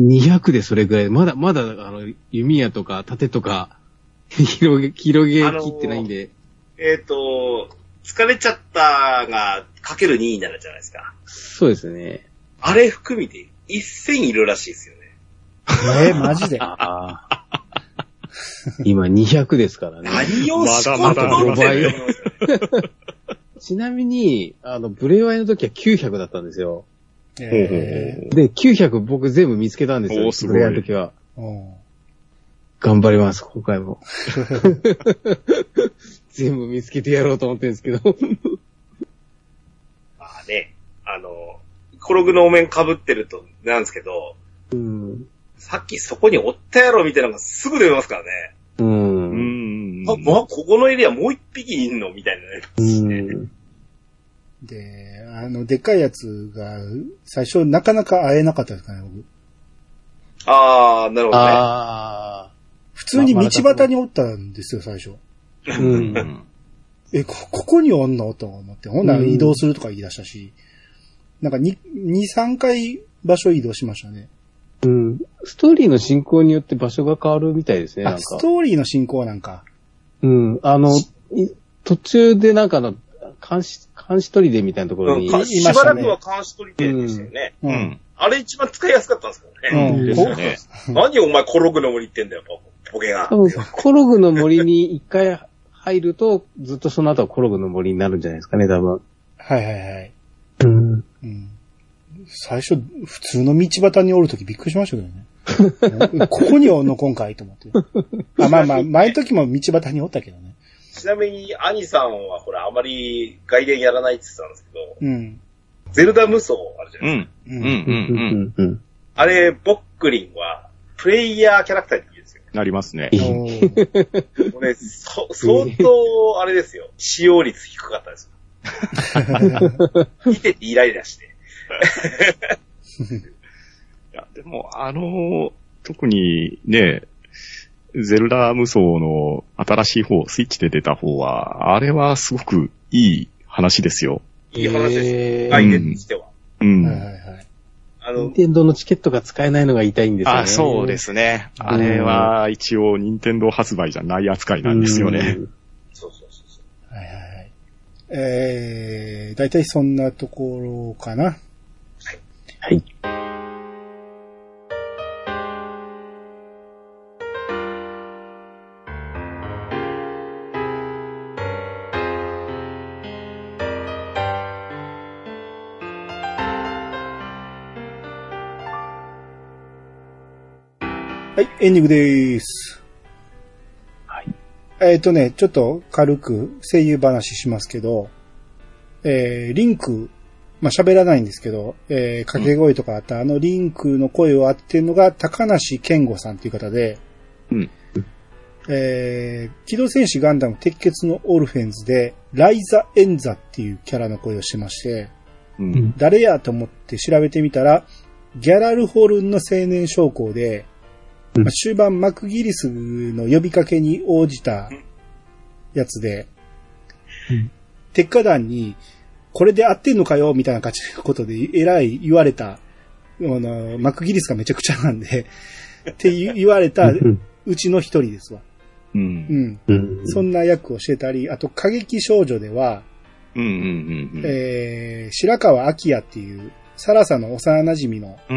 にひゃくでそれぐらい、まだ、まだ、あの、弓矢とか盾とか、広げ、広げ切ってないんで。 あのー、えっ、ー、と、疲れちゃったが、かけるにになるじゃないですか。 そうですね。 あれ含みで、せんいるらしいですよね。 えー、マジであ今にひゃくですからね。 何をしこんとってるちなみに、あの、ブレワイの時はきゅうひゃくだったんですよ。 えー、で、きゅうひゃく僕全部見つけたんですよ。ブレワイの時は。頑張ります、今回も。全部見つけてやろうと思ってるんですけど。 まあね、あの、コログのお面被ってると、なんですけど、 うんさっきそこにおったやろみたいなのがすぐ出ますからね。 うん。 あ、まあ、ここのエリアもう一匹いんのみたいなね。 うん。 で、あの、でっかいやつが、最初なかなか会えなかったですかね、僕。 あー、なるほどね。 あ普通に道端におったんですよ、最初。 うん。 え、こ、ここにおんのと思って、ほんなら移動するとか言い出したし、なんかに、に、さんかい場所移動しましたね。 うん。ストーリーの進行によって場所が変わるみたいですね、なんか。 ストーリーの進行なんか。 うん。あの、途中でなんかの、監視、監視取りでみたいなところに、 うん、しばらくは監視取りででしたよね。うん。うん、あれ一番使いやすかったんですけどね。うん。ですよね。何お前コログの森行ってんだよ、ボケが。 多分、コログの森に一回入ると、ずっとその後はコログの森になるんじゃないですかね、多分。 はいはいはい。 うん。 うん最初、普通の道端におるときびっくりしましたけどね。ここにおんの今回と思って。あまあまあ、前の時も道端におったけどね。 ちなみに、兄さんはほら、あまり外伝やらないって言ってたんですけど、 うん。 ゼルダ無双あるじゃないですか。 うん。うん。うん。うん。 あれ、ボックリンは、プレイヤーキャラクターにいいですよ。 なりますね。 これ、そ、相当、あれですよ。使用率低かったですよ。見ててイライラして。 いや、でも、あの、特にね、ゼルダ無双の新しい方、スイッチで出た方は、あれはすごくいい話ですよ。 いい話ですよ。概念にしては。 うん。 はいはいはい。 あの、任天堂のチケットが使えないのが痛いんですよね。 あ、そうですね。あれは一応任天堂発売じゃない扱いなんですよね。 そうそうそうそう。 はいはいはい。 えー、だいたいそんなところかな。はい。 はい。 はい、エンディングでーす。はい。えっとね、ちょっと軽く声優話しますけど、えー、リンク、まあ、喋らないんですけど、えー、掛け声とかあったあのリンクの声を当てるのが高梨健吾さんという方で、うん。えー、機動戦士ガンダム鉄血のオルフェンズで、ライザ・エンザっていうキャラの声をしてまして、うん、誰やと思って調べてみたら、ギャラルホルンの青年将校で、まあ、終盤マクギリスの呼びかけに応じたやつで、うん、鉄火団に、これで合ってんのかよみたいな感じのことで、えらい言われた、あの、マクギリスがめちゃくちゃなんで、って言われたうちの一人ですわ。うん。うん。そんな役をしてたり、あと、過激少女では、うんうんうんうん、えー、白川明也っていう、サラサの幼馴染の、うん、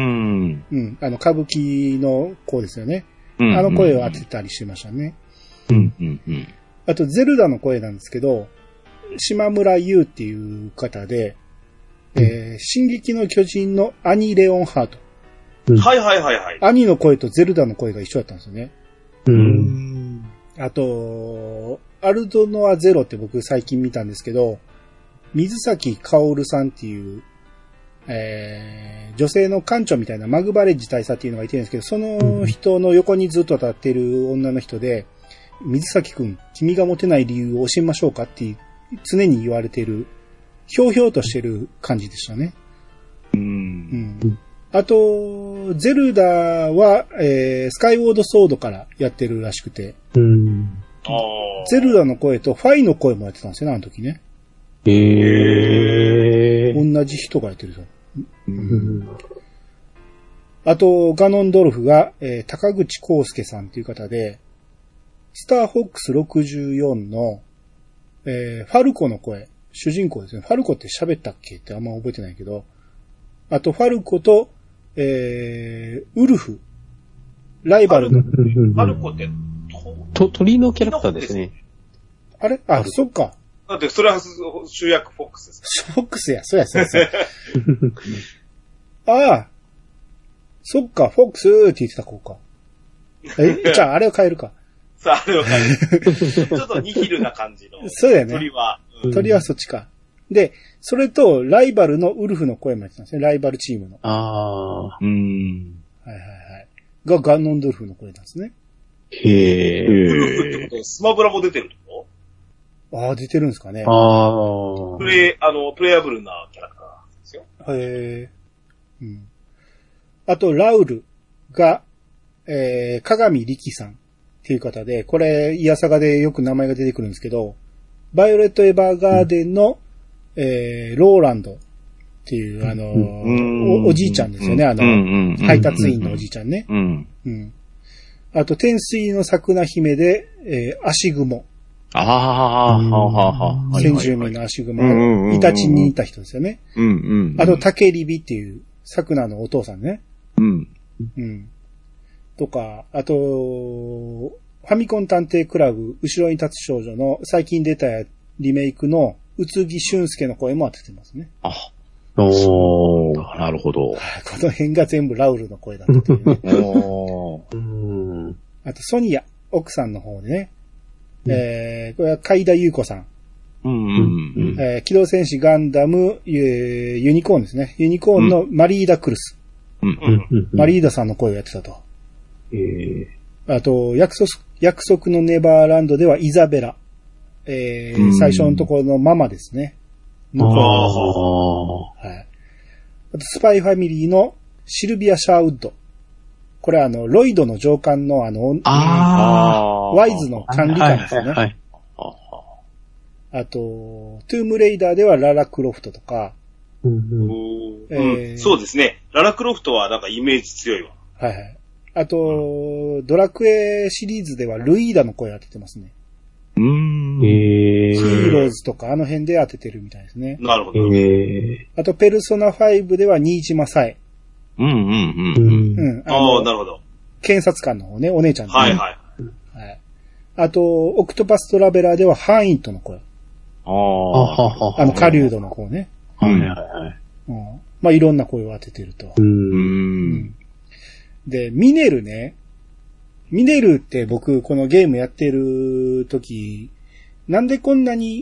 うん、あの、歌舞伎の子ですよね。うん、あの声を当てたりしてましたね。うんうんうん、あと、ゼルダの声なんですけど、島村優っていう方で、うん、えー、進撃の巨人のアニ・レオンハート。 うん、はいはいはいはい。 アニの声とゼルダの声が一緒だったんですよね。うん、あと、アルドノアゼロって僕最近見たんですけど、水崎かおるさんっていう、えー、女性の館長みたいなマグバレッジ大佐っていうのがいてるんですけど、その人の横にずっと立ってる女の人で、水崎くん、君がモテない理由を教えましょうかって常に言われている、ひょうひょうとしてる感じでしたね。うん。うん、あと、ゼルダは、えー、スカイウォードソードからやってるらしくて、うん、ゼルダの声とファイの声もやってたんですよね、あの時ね。へー。同じ人がやってるぞ。うん、あと、ガノンドルフが、えー、高口康介さんっていう方で、スターフォックスろくじゅうよんの、えー、ファルコの声、主人公ですね。ファルコって喋ったっけってあんま覚えてないけど、あとファルコと、えー、ウルフ、ライバルの。ファルコってと、鳥のキャラクターですね。 あれあ、そっか。 だって、それは主役フォックスです。 フォックスや、そうや、そうや、そうや。ああ、そっか、フォックスって言ってた子か。え、じゃあ、あれを変えるか。 さあ、あれを変える。ちょっとニヒルな感じの。 そうやね。 鳥は、 うん。鳥はそっちか。で、それと、ライバルのウルフの声もやってたんですね。ライバルチームの。ああ。うん。はいはいはい。が、ガンノンドルフの声なんですね。 へえ。ウルフってことスマブラも出てるってこああ、出てるんですかね。 ああ。プレイ、あの、プレイアブルなキャラクターですよ。 へえ。うん。あと、ラウルが、えー、鏡力さんっていう方で、これ、イヤサガでよく名前が出てくるんですけど、バイオレット・エヴァーガーデンの、うん、えー、ローランドっていう、あのー、お, おじいちゃんですよね、あの、配達員のおじいちゃんね。うん。うん。あと、天水の桜姫で、えー、足雲。ああ、ははは。先住民の足雲。イタチにいた人ですよね。うんうん。あと、竹リビっていう、桜のお父さんね。うん。うん。とか、あと、ファミコン探偵クラブ、後ろに立つ少女の最近出たリメイクの宇津木俊介の声も当ててますね。あ、 おー、なるほど。この辺が全部ラウルの声だったというね。おー。あと、ソニア、奥さんの方でね。うん、えー、これは海田優子さん。うんうんうん。えー、機動戦士ガンダムユ、ユニコーンですね。ユニコーンのマリーダ・クルス。うんうん、マリーダさんの声をやってたと。えー、あと、約束、約束のネバーランドではイザベラ。えー、最初のところのママですね。の声はい。あと、スパイファミリーのシルビア・シャーウッド。これはあの、ロイドの上官のあの、あワイズの管理官ですよね。はいはいはい、あと、トゥームレイダーではララ・クロフトとか。 うんうんえー、そうですね。ララ・クロフトはなんかイメージ強いわ。 はいはい。あと、うん、ドラクエシリーズではルイーダの声当ててますね。 うーん。 えー、 ヒーローズとかあの辺で当ててるみたいですね。 なるほど。 えあと、ペルソナファイブでは新島さえ。 うんうんー、 う。 うんん。 うん。 ああ、なるほど。 検察官の方ね、お姉ちゃんの、ね。 はいはい。 はい。あと、オクトパストラベラーではハイントの声。 ああ。 あの、狩人の方ね。 はいはいはい。 うん。まあ、いろんな声を当ててると。 う。 うんん。 で、ミネルね。ミネルって僕、このゲームやってる時、なんでこんなに、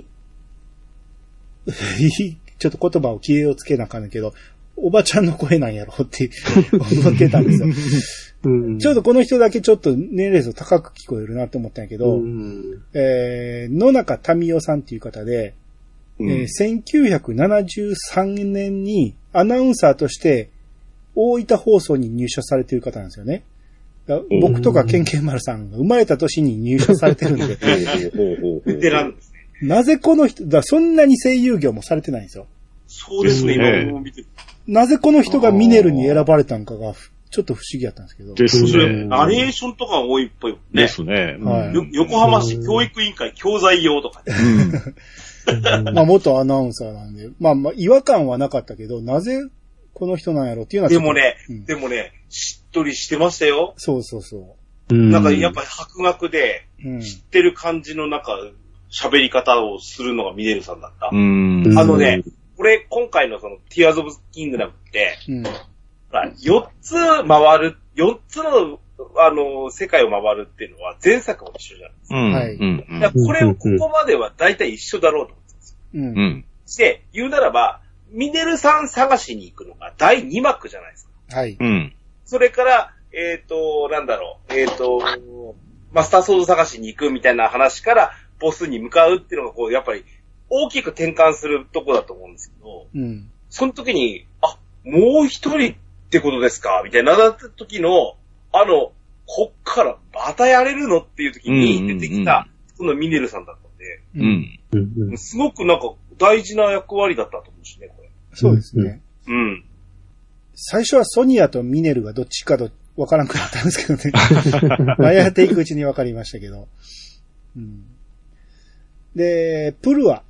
ちょっと言葉を気をつけなあかんねんけど、おばちゃんの声なんやろって思ってたんですよ。 うん、 ちょうどこの人だけちょっと年齢層高く聞こえるなって思ったんやけど、 うん、 えー、野中民夫さんっていう方で、 うんえー、せんきゅうひゃくななじゅうさんねんにアナウンサーとして大分放送に入社されている方なんですよね。僕とかケンケン丸さんが生まれた年に入社されてるんで。 ベテランですね。 なぜこの人、だそんなに声優業もされてないんですよ。 そうですね、今僕も見てる。 なぜこの人がミネルに選ばれたんかが、ちょっと不思議やったんですけど。 ですね。 ナレーションとか多いっぽいね。 ですね。 はいよ横浜市教育委員会教材用とかね。 まあ元アナウンサーなんで、まあまあ違和感はなかったけど、なぜこの人なんやろっていうのはちょっとでもね、 うんでもね、しっとりしてましたよ。 そうそうそなんかやっぱり博学で、 う。うん。 知ってる感じのなんか、喋り方をするのがミネルさんだった。 うん。 あのね、これ今回のその、ティアーズ・オブ・キングダムって、 うん。 よっつ回る、よっつの、あの、世界を回るっていうのは前作も一緒じゃないですか。 うん。 はいうん。 だからこれをここまでは大体一緒だろうと思ってたんですよ。 うん。 う。ん。 して、言うならば、ミネルさん探しに行くのがだいにまくじゃないですか。 はい。 うん。 それから、えっ、と、なんだろう、えっ、と、マスターソード探しに行くみたいな話から、ボスに向かうっていうのが、こう、やっぱり、大きく転換するとこだと思うんですけど、 うん。 その時に、あ、もう一人ってことですかみたいな、なった時の、あの、こっからまたやれるのっていう時に出てきた、そのミネルさんだったんで、 うん。 うん。 すごくなんか大事な役割だったと思うしね、これ。 そうですね。 うん。 最初はソニアとミネルがどっちかとわからんくなったんですけどね。まあやっていくうちにわかりましたけど。うん、で、プルは、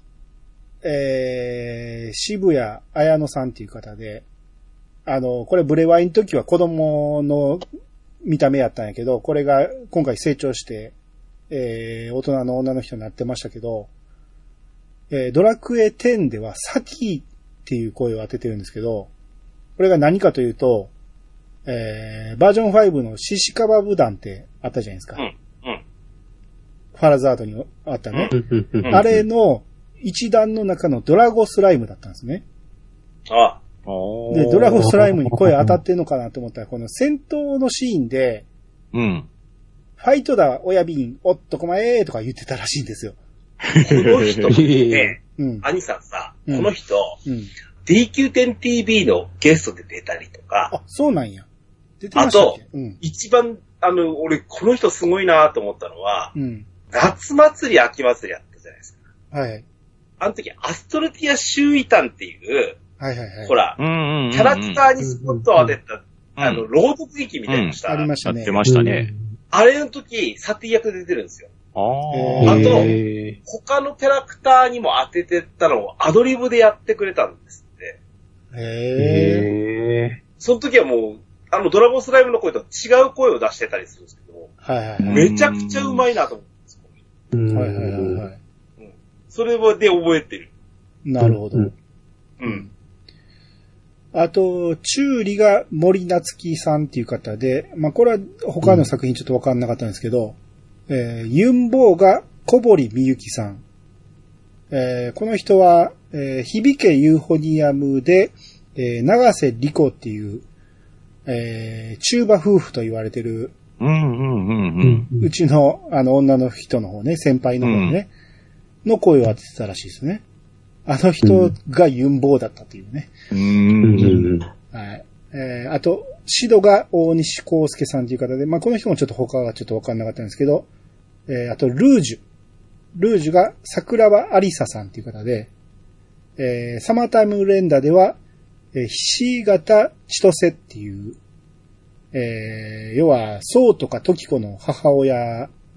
えー、渋谷綾乃さんっていう方で、あの、これブレワイの時は子供の見た目やったんやけど、これが今回成長して、えー、大人の女の人になってましたけど、えー、ドラクエテンではサティっていう声を当ててるんですけど、これが何かというと、えー、バージョンファイブのシシカバブ団ってあったじゃないですか。 うん。うん。 ファラザードにあったね。 うん。 あれの一段の中のドラゴスライムだったんですね。 あ、 で、ドラゴスライムに声当たってんのかなと思ったら、この戦闘のシーンで、 うん。 ファイトだ、親瓶、おっとこまえーとか言ってたらしいんですよ。 この人ね、 うん。 兄さんさ、 うんこの人、 うん。 ディーキューテンティービー のゲストで出たりとか、 あ、そうなんや。出てましたっけあとうん。 一番、あの、俺、この人すごいなと思ったのは、 うん。 夏祭り、秋祭りあったじゃないですか。 はい。 あの時、アストルティア修理団っていう、 はいはいはい。 ほら、 うんうん。 キャラクターにスポットを当てた、あの、朗読劇みたいなのした、 ありましたね。 やってましたね。 あれの時、サティ役で出てるんですよ。 あーあ。 あとへ他のキャラクターにも当ててたのをアドリブでやってくれたんですって。 ーへへその時はもう、あの、ドラゴンスライムの声と違う声を出してたりするんですけど、 ー。はいはいはい。 めちゃくちゃうまいなと思うんですよ。 ー。 はいはいはいはい。 それで覚えてる。 なるほど。 うんうん。 あと、チューリが森夏樹さんっていう方で、まあ、これは他の作品ちょっとわかんなかったんですけど、えー、ユンボーが小堀美幸さん。えー、この人は、えー、響けユーフォニアムで、えー、長瀬理子っていう、えー、中馬夫婦と言われてる、 うんうんうんうん。 うちの、あの、女の人の方ね、先輩の方ね、の声を当ててたらしいですね。あの人がユンボーだったっていうね。 ううんん。 はい。えー、あと、シドが大西康介さんという方で、まあ、この人もちょっと他はちょっとわかんなかったんですけど、えー、あと、ルージュ。ルージュが桜庭ありささんという方で、えー、サマータイム連打では、えー、ひし形千歳っていう、えー、要は、そうとか時子の母親の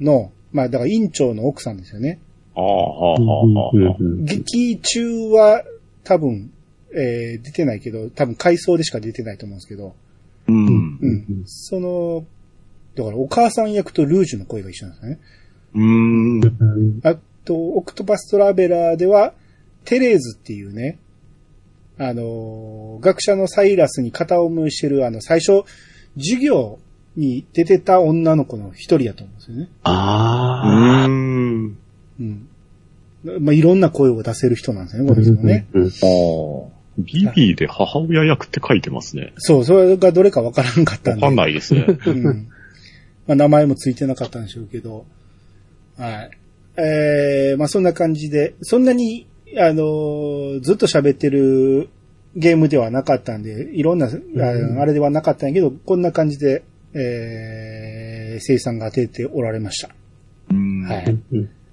まあだから院長の奥さんですよね。 ああ、はあ、はあ。 劇中は多分、えー、出てないけど、多分回想でしか出てないと思うんですけど。 うん。 うん。その、だからお母さん役とルージュの声が一緒なんですね。 うーん。 あと、オクトパストラベラーでは、テレーズっていうね、あの、学者のサイラスに片思いしてる、あの、最初、授業に出てた女の子の一人やと思うんですよね。 ああ。 うーん。 うん。まあ、いろんな声を出せる人なんですね、この人ね。 うんうん、ああ。ビビーで母親役って書いてますね。 そう、それがどれかわからんかったんで。 わかんないですね。 うん。まあ、名前もついてなかったんでしょうけど。はい。えー、まあ、そんな感じで、そんなに、あのー、ずっと喋ってるゲームではなかったんで、いろんな、あ, あれではなかったんやけど、こんな感じで、えー、生産が当てておられました。 うん、 はい。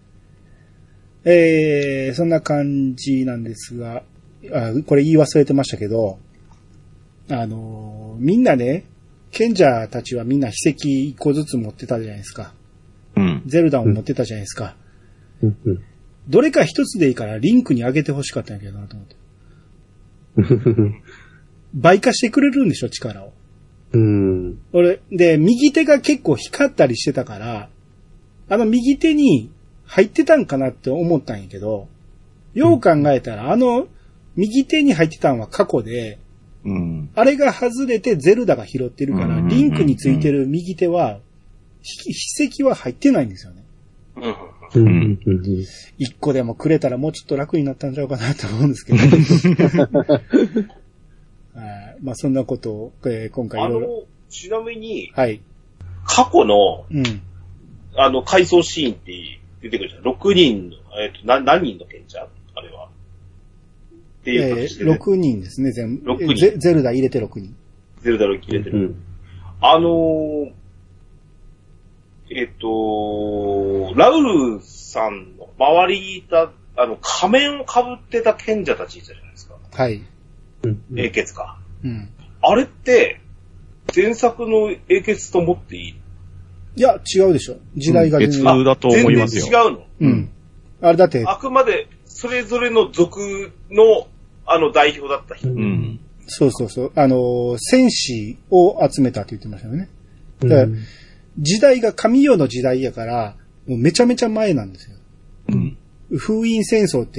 えー、そんな感じなんですが、あ、これ言い忘れてましたけど、あのー、みんなね、賢者たちはみんな秘跡一個ずつ持ってたじゃないですか。 うん。 ゼルダも持ってたじゃないですか。 うんうん、 どれか一つでいいからリンクに上げてほしかったんやけどなと思って。倍化してくれるんでしょ、力を。 うん。 俺、で、右手が結構光ったりしてたから、あの右手に入ってたんかなって思ったんやけど、よう考えたら、あの右手に入ってたんは過去で、 うん、あれが外れてゼルダが拾ってるから、リンクについてる右手は、筆跡は入ってないんですよね。 うん。 一個でもくれたらもうちょっと楽になったんちゃうかなと思うんですけど。まあそんなことを、えー、今回いろいろ。 あの、ちなみに、 はい。 過去の、 うん、 あの、回想シーンって出てくるじゃん。ろくにんの、えっ、ー、と、な、何人の賢者あれは。っていう形で、ね。 えー、ろくにんですね、全部。 ろくにんゼ。ゼルダ入れてろくにん。 ゼルダ入れてる。うん、あのー、えっ、ー、と、ラウルさんの周りにいた、あの、仮面を被ってた賢者たちいたじゃないですか。 はい。 英傑か。 うん。 あれって、前作の英傑と思っていい？ いや、違うでしょ。時代が全然、別だと思いますよ。 全然違うの。 うん。あれだって。 あくまで、それぞれの族の、あの、代表だった人。 うん。 そうそうそう。あの、戦士を集めたって言ってましたよね。だから、うん、時代が神代の時代やから、もうめちゃめちゃ前なんですよ。 うん。 封印戦争って、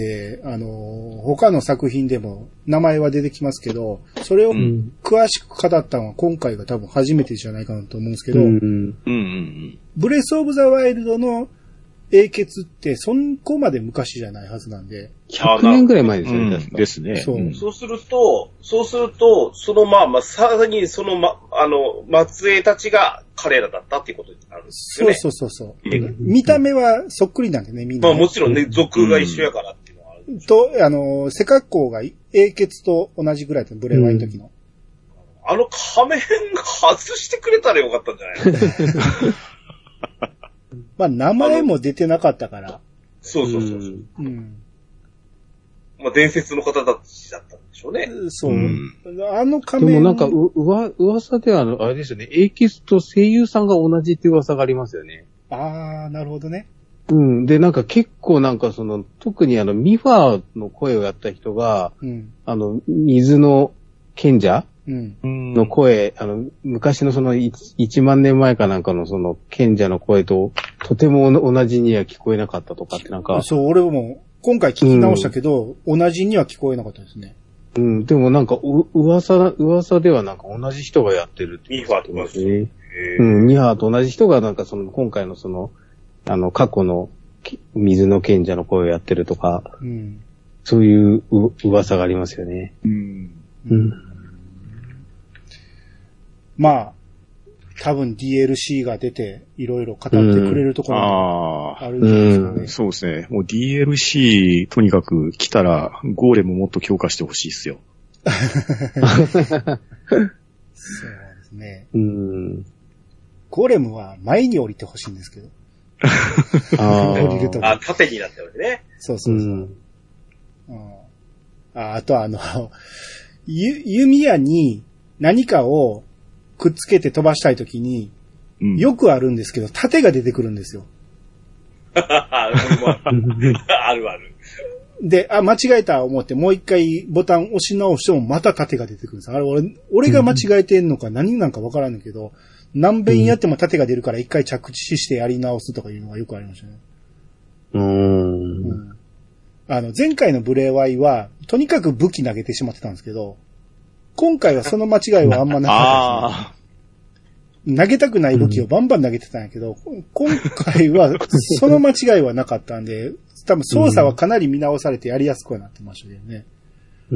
あの、他の作品でも名前は出てきますけど、それを詳しく語ったのは今回が多分初めてじゃないかなと思うんですけど、 うんうんうん、 ブレスオブザワイルドの英傑ってそんこまで昔じゃないはずなんで。 ひゃくねんぐらい前ですよね。 うん、ですね。 そう。 そうすると、そうすると、そのまあ、まあ、さらにそのま、あの、末裔たちが彼らだったっていうことになるんですよね。 そうそうそうそう、うん。見た目はそっくりなんでね、みんな、ね。 まあもちろんね、族が一緒やからっていうのはある、 うん。と、あの、背格好が英傑と同じぐらいで、ブレワイの時の。うん、 あの仮面外してくれたらよかったんじゃないまあ名前も出てなかったから。 そうそうそうそう。うん。まあ伝説の方たちだったんでしょうね。 そう。うん、あの仮面。 でもなんかう、うわ、噂ではあれですよね。エイキスと声優さんが同じって噂がありますよね。 ああ、なるほどね。 うん。で、なんか結構なんかその、特にあの、ミファーの声をやった人が、うん、あの、水の賢者の声、うん、あの、昔のそのいちまんねんまえかなんかのその賢者の声と、とても同じには聞こえなかったとかってなんか。 そう、俺も今回聞き直したけど、うん、同じには聞こえなかったですね。 うん、でもなんかう、噂、噂ではなんか同じ人がやってるってミファーと同じ。 ね。うん、ミファーと同じ人がなんかその、今回のその、あの、過去の水の賢者の声をやってるとか、うん、そういうう噂がありますよね。うん。うん。 まあ、多分 ディーエルシー が出て、いろいろ語ってくれるところがあるんですかね、うん。 そうですね。もう ディーエルシー とにかく来たら、ゴーレムもっと強化してほしいですよ。 そうですね。うん。ゴーレムは前に降りてほしいんですけど。 あ降りるとあ、縦になってるわけね。 そうそうそう。うん、あ, あとあの、ゆ、弓矢に何かをくっつけて飛ばしたいときに、うん、よくあるんですけど、盾が出てくるんですよ。 あるある。 で、あ、間違えた思ってもう一回ボタン押し直してもまた縦が出てくるんです。あれ、俺、俺が間違えてんのか何なんかわからんけど、何遍やっても縦が出るから一回着地してやり直すとかいうのがよくありましたね。 うーん。うん、 あの、前回のブレワイは、とにかく武器投げてしまってたんですけど、今回はその間違いはあんまなかったですね。投げたくない武器をバンバン投げてたんやけど、うん、今回はその間違いはなかったんで、多分操作はかなり見直されてやりやすくはなってましたけどね。 うん。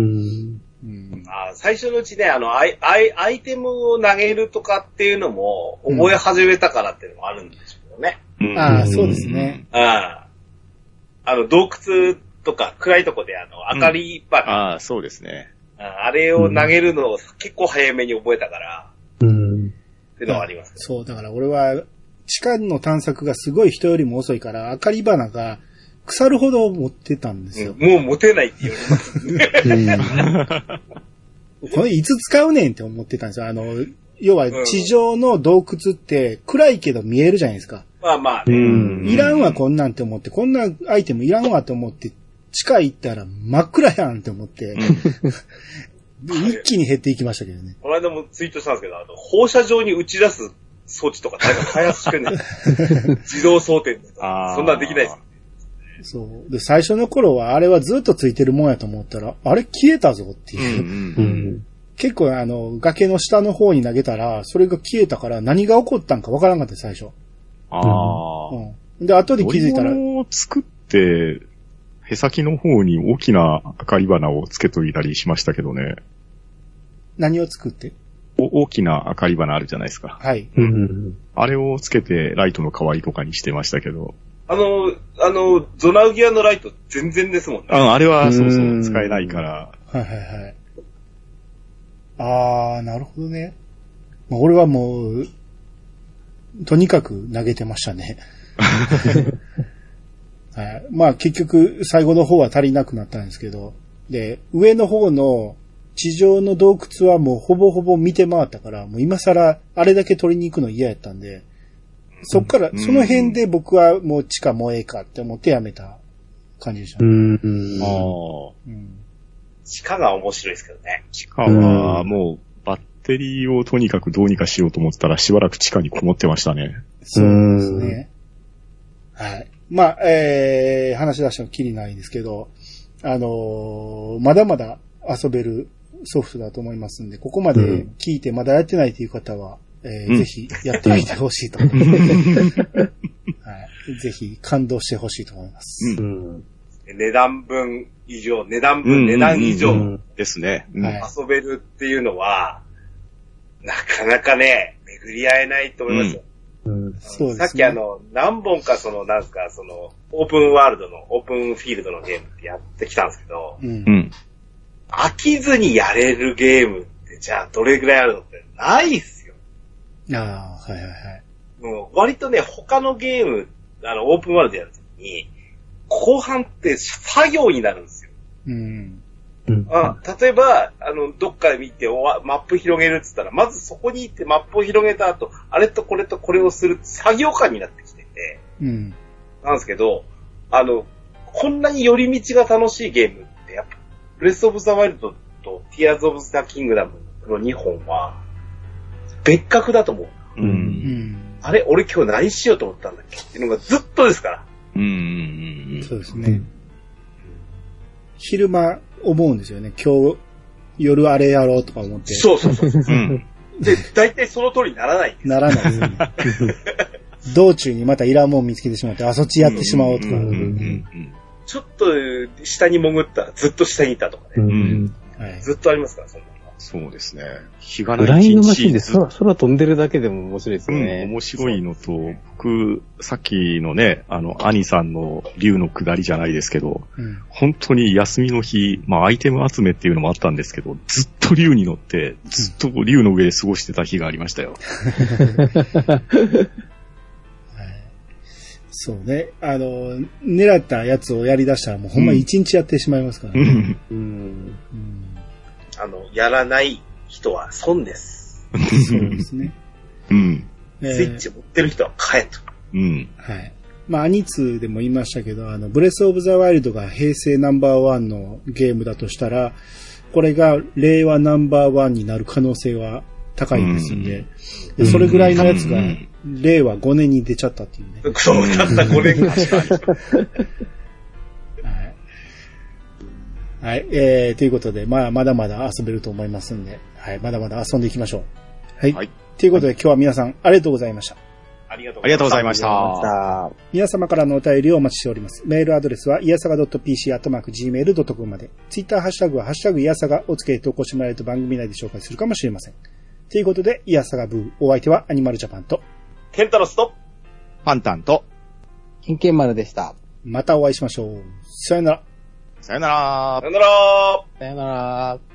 うん、あ最初のうちね、あのアイ、アイ、アイテムを投げるとかっていうのも覚え始めたからっていうのもあるんですけどね。 うん、ああ、そうですね。 ああの、洞窟とか暗いとこであの、明かりバカ、 うん、ああ、そうですね。 あれを投げるのを結構早めに覚えたから、 うん。 っていうのはあります、ね、 そう、だから俺は地下の探索がすごい人よりも遅いから、明かり花が腐るほど持ってたんですよ。 うん、もう持てないって言われますね。 これいつ使うねんって思ってたんですよ。あの、要は地上の洞窟って暗いけど見えるじゃないですか。 まあまあね。 いらんわこんなんって思って、こんなアイテムいらんわと思って、地下行ったら真っ暗やんって思って、一気に減っていきましたけどね。 この間もツイートしたんですけど、あの放射状に打ち出す装置とか誰か開発してんねん。自動装填とか。そんなんできないです。 そう。で、最初の頃はあれはずっとついてるもんやと思ったら、あれ消えたぞっていう。うんうんうん、結構あの、崖の下の方に投げたら、それが消えたから何が起こったんかわからんかった最初。 ああ、 うん。で、後で気づいたら。 乗り物を作って、へさきの方に大きな明かり花をつけといたりしましたけどね。 何を作ってお大きな明かり花あるじゃないですか。 はい。 うん、あれをつけてライトの代わりとかにしてましたけど。 あの、あの、ゾナウギアのライト全然ですもんね。 あ, あれはそうそう使えないから。 はいはいはい。あー、なるほどね。まあ、俺はもう、とにかく投げてましたね。はい、まあ結局最後の方は足りなくなったんですけど、で、上の方の地上の洞窟はもうほぼほぼ見て回ったから、もう今更あれだけ取りに行くの嫌やったんで、そっから、その辺で僕はもう地下もええかって思ってやめた感じでしたね。うんあうん、地下が面白いですけどね。 地下はもうバッテリーをとにかくどうにかしようと思ってたらしばらく地下にこもってましたね。 そうですね。はい。まあ、えー、話し出したのきりないですけど、あのー、まだまだ遊べるソフトだと思いますんで、ここまで聞いてまだやってないという方は、えーうん、ぜひやってみてほしいと思います、はい。ぜひ感動してほしいと思います、 うん。値段分以上、値段分、値段以上ですね、 うんはい。遊べるっていうのは、なかなかね、巡り合えないと思いますよ。うんうんそうですね、 さっきあの、何本かその、なんすか、その、オープンワールドの、オープンフィールドのゲームってやってきたんですけど、うん、飽きずにやれるゲームって、じゃあどれぐらいあるのってないっすよ。 ああ、はいはいはい。 もう割とね、他のゲーム、あの、オープンワールドやるときに、後半って作業になるんですよ。 うんあ例えば、あの、どっかで見てマップ広げるって言ったら、まずそこに行ってマップを広げた後、あれとこれとこれをする作業感になってきてて、 うん、 なんですけど、あの、こんなに寄り道が楽しいゲームって、やっぱ、ブレスオブザワイルドとティアーズオブザキングダムのにほんは、別格だと思う。 うんうん、 あれ、俺今日何しようと思ったんだっけっていうのがずっとですから。 うんうんうん、 そうですね。昼間思うんですよね。今日夜あれやろうとか思って。 そうそうそうそう、うん。で、大体その通りにならないんです。 ならないですね。道中にまたいらんもん見つけてしまって、あ、そっちやってしまおうとか。 ちょっと下に潜ったらずっと下にいたとかね。うんはい、ずっとありますから、そんなの。 そうですね。 日がない。フライングマシンで空、空飛んでるだけでも面白いですよね。 うん、面白いのと、僕、さっきのね、あの、兄さんの竜の下りじゃないですけど、うん、本当に休みの日、まあアイテム集めっていうのもあったんですけど、ずっと竜に乗って、ずっと竜の上で過ごしてた日がありましたよ。 そうね。あの、狙ったやつをやり出したらもうほんま一日やってしまいますからね。うんうんうんあの、やらない人は損です。 そうですね。 うん。 スイッチ持ってる人は買えと。 うん。 はい。 まあ、アニツーでも言いましたけど、あの、ブレスオブザワイルドが平成ナンバーワンのゲームだとしたら、これが令和ナンバーワンになる可能性は高いですんで、でそれぐらいのやつが、令和ごねんに出ちゃったっていうね。 そう、たったごねんか。 はい、えー、ということで、まあ、まだまだ遊べると思いますんで、はい、まだまだ遊んでいきましょう。はい。はい、ということで、今日は皆さん、ありがとうございました。 ありがとうございました。 皆様からのお便りをお待ちしております。メールアドレスは、いやさが .pc アットマーク ジーメールドットコム まで。ツイッターハッシュタグは、ハッシュタグいやさがをつけて投稿してもらえると番組内で紹介するかもしれません。ということで、いやさがブー。お相手はアニマルジャパンと、 ケンタロスと、 パンタンと、 ケンケンマルでした。 またお会いしましょう。さよなら。 さよなら。 さよなら。 さよなら。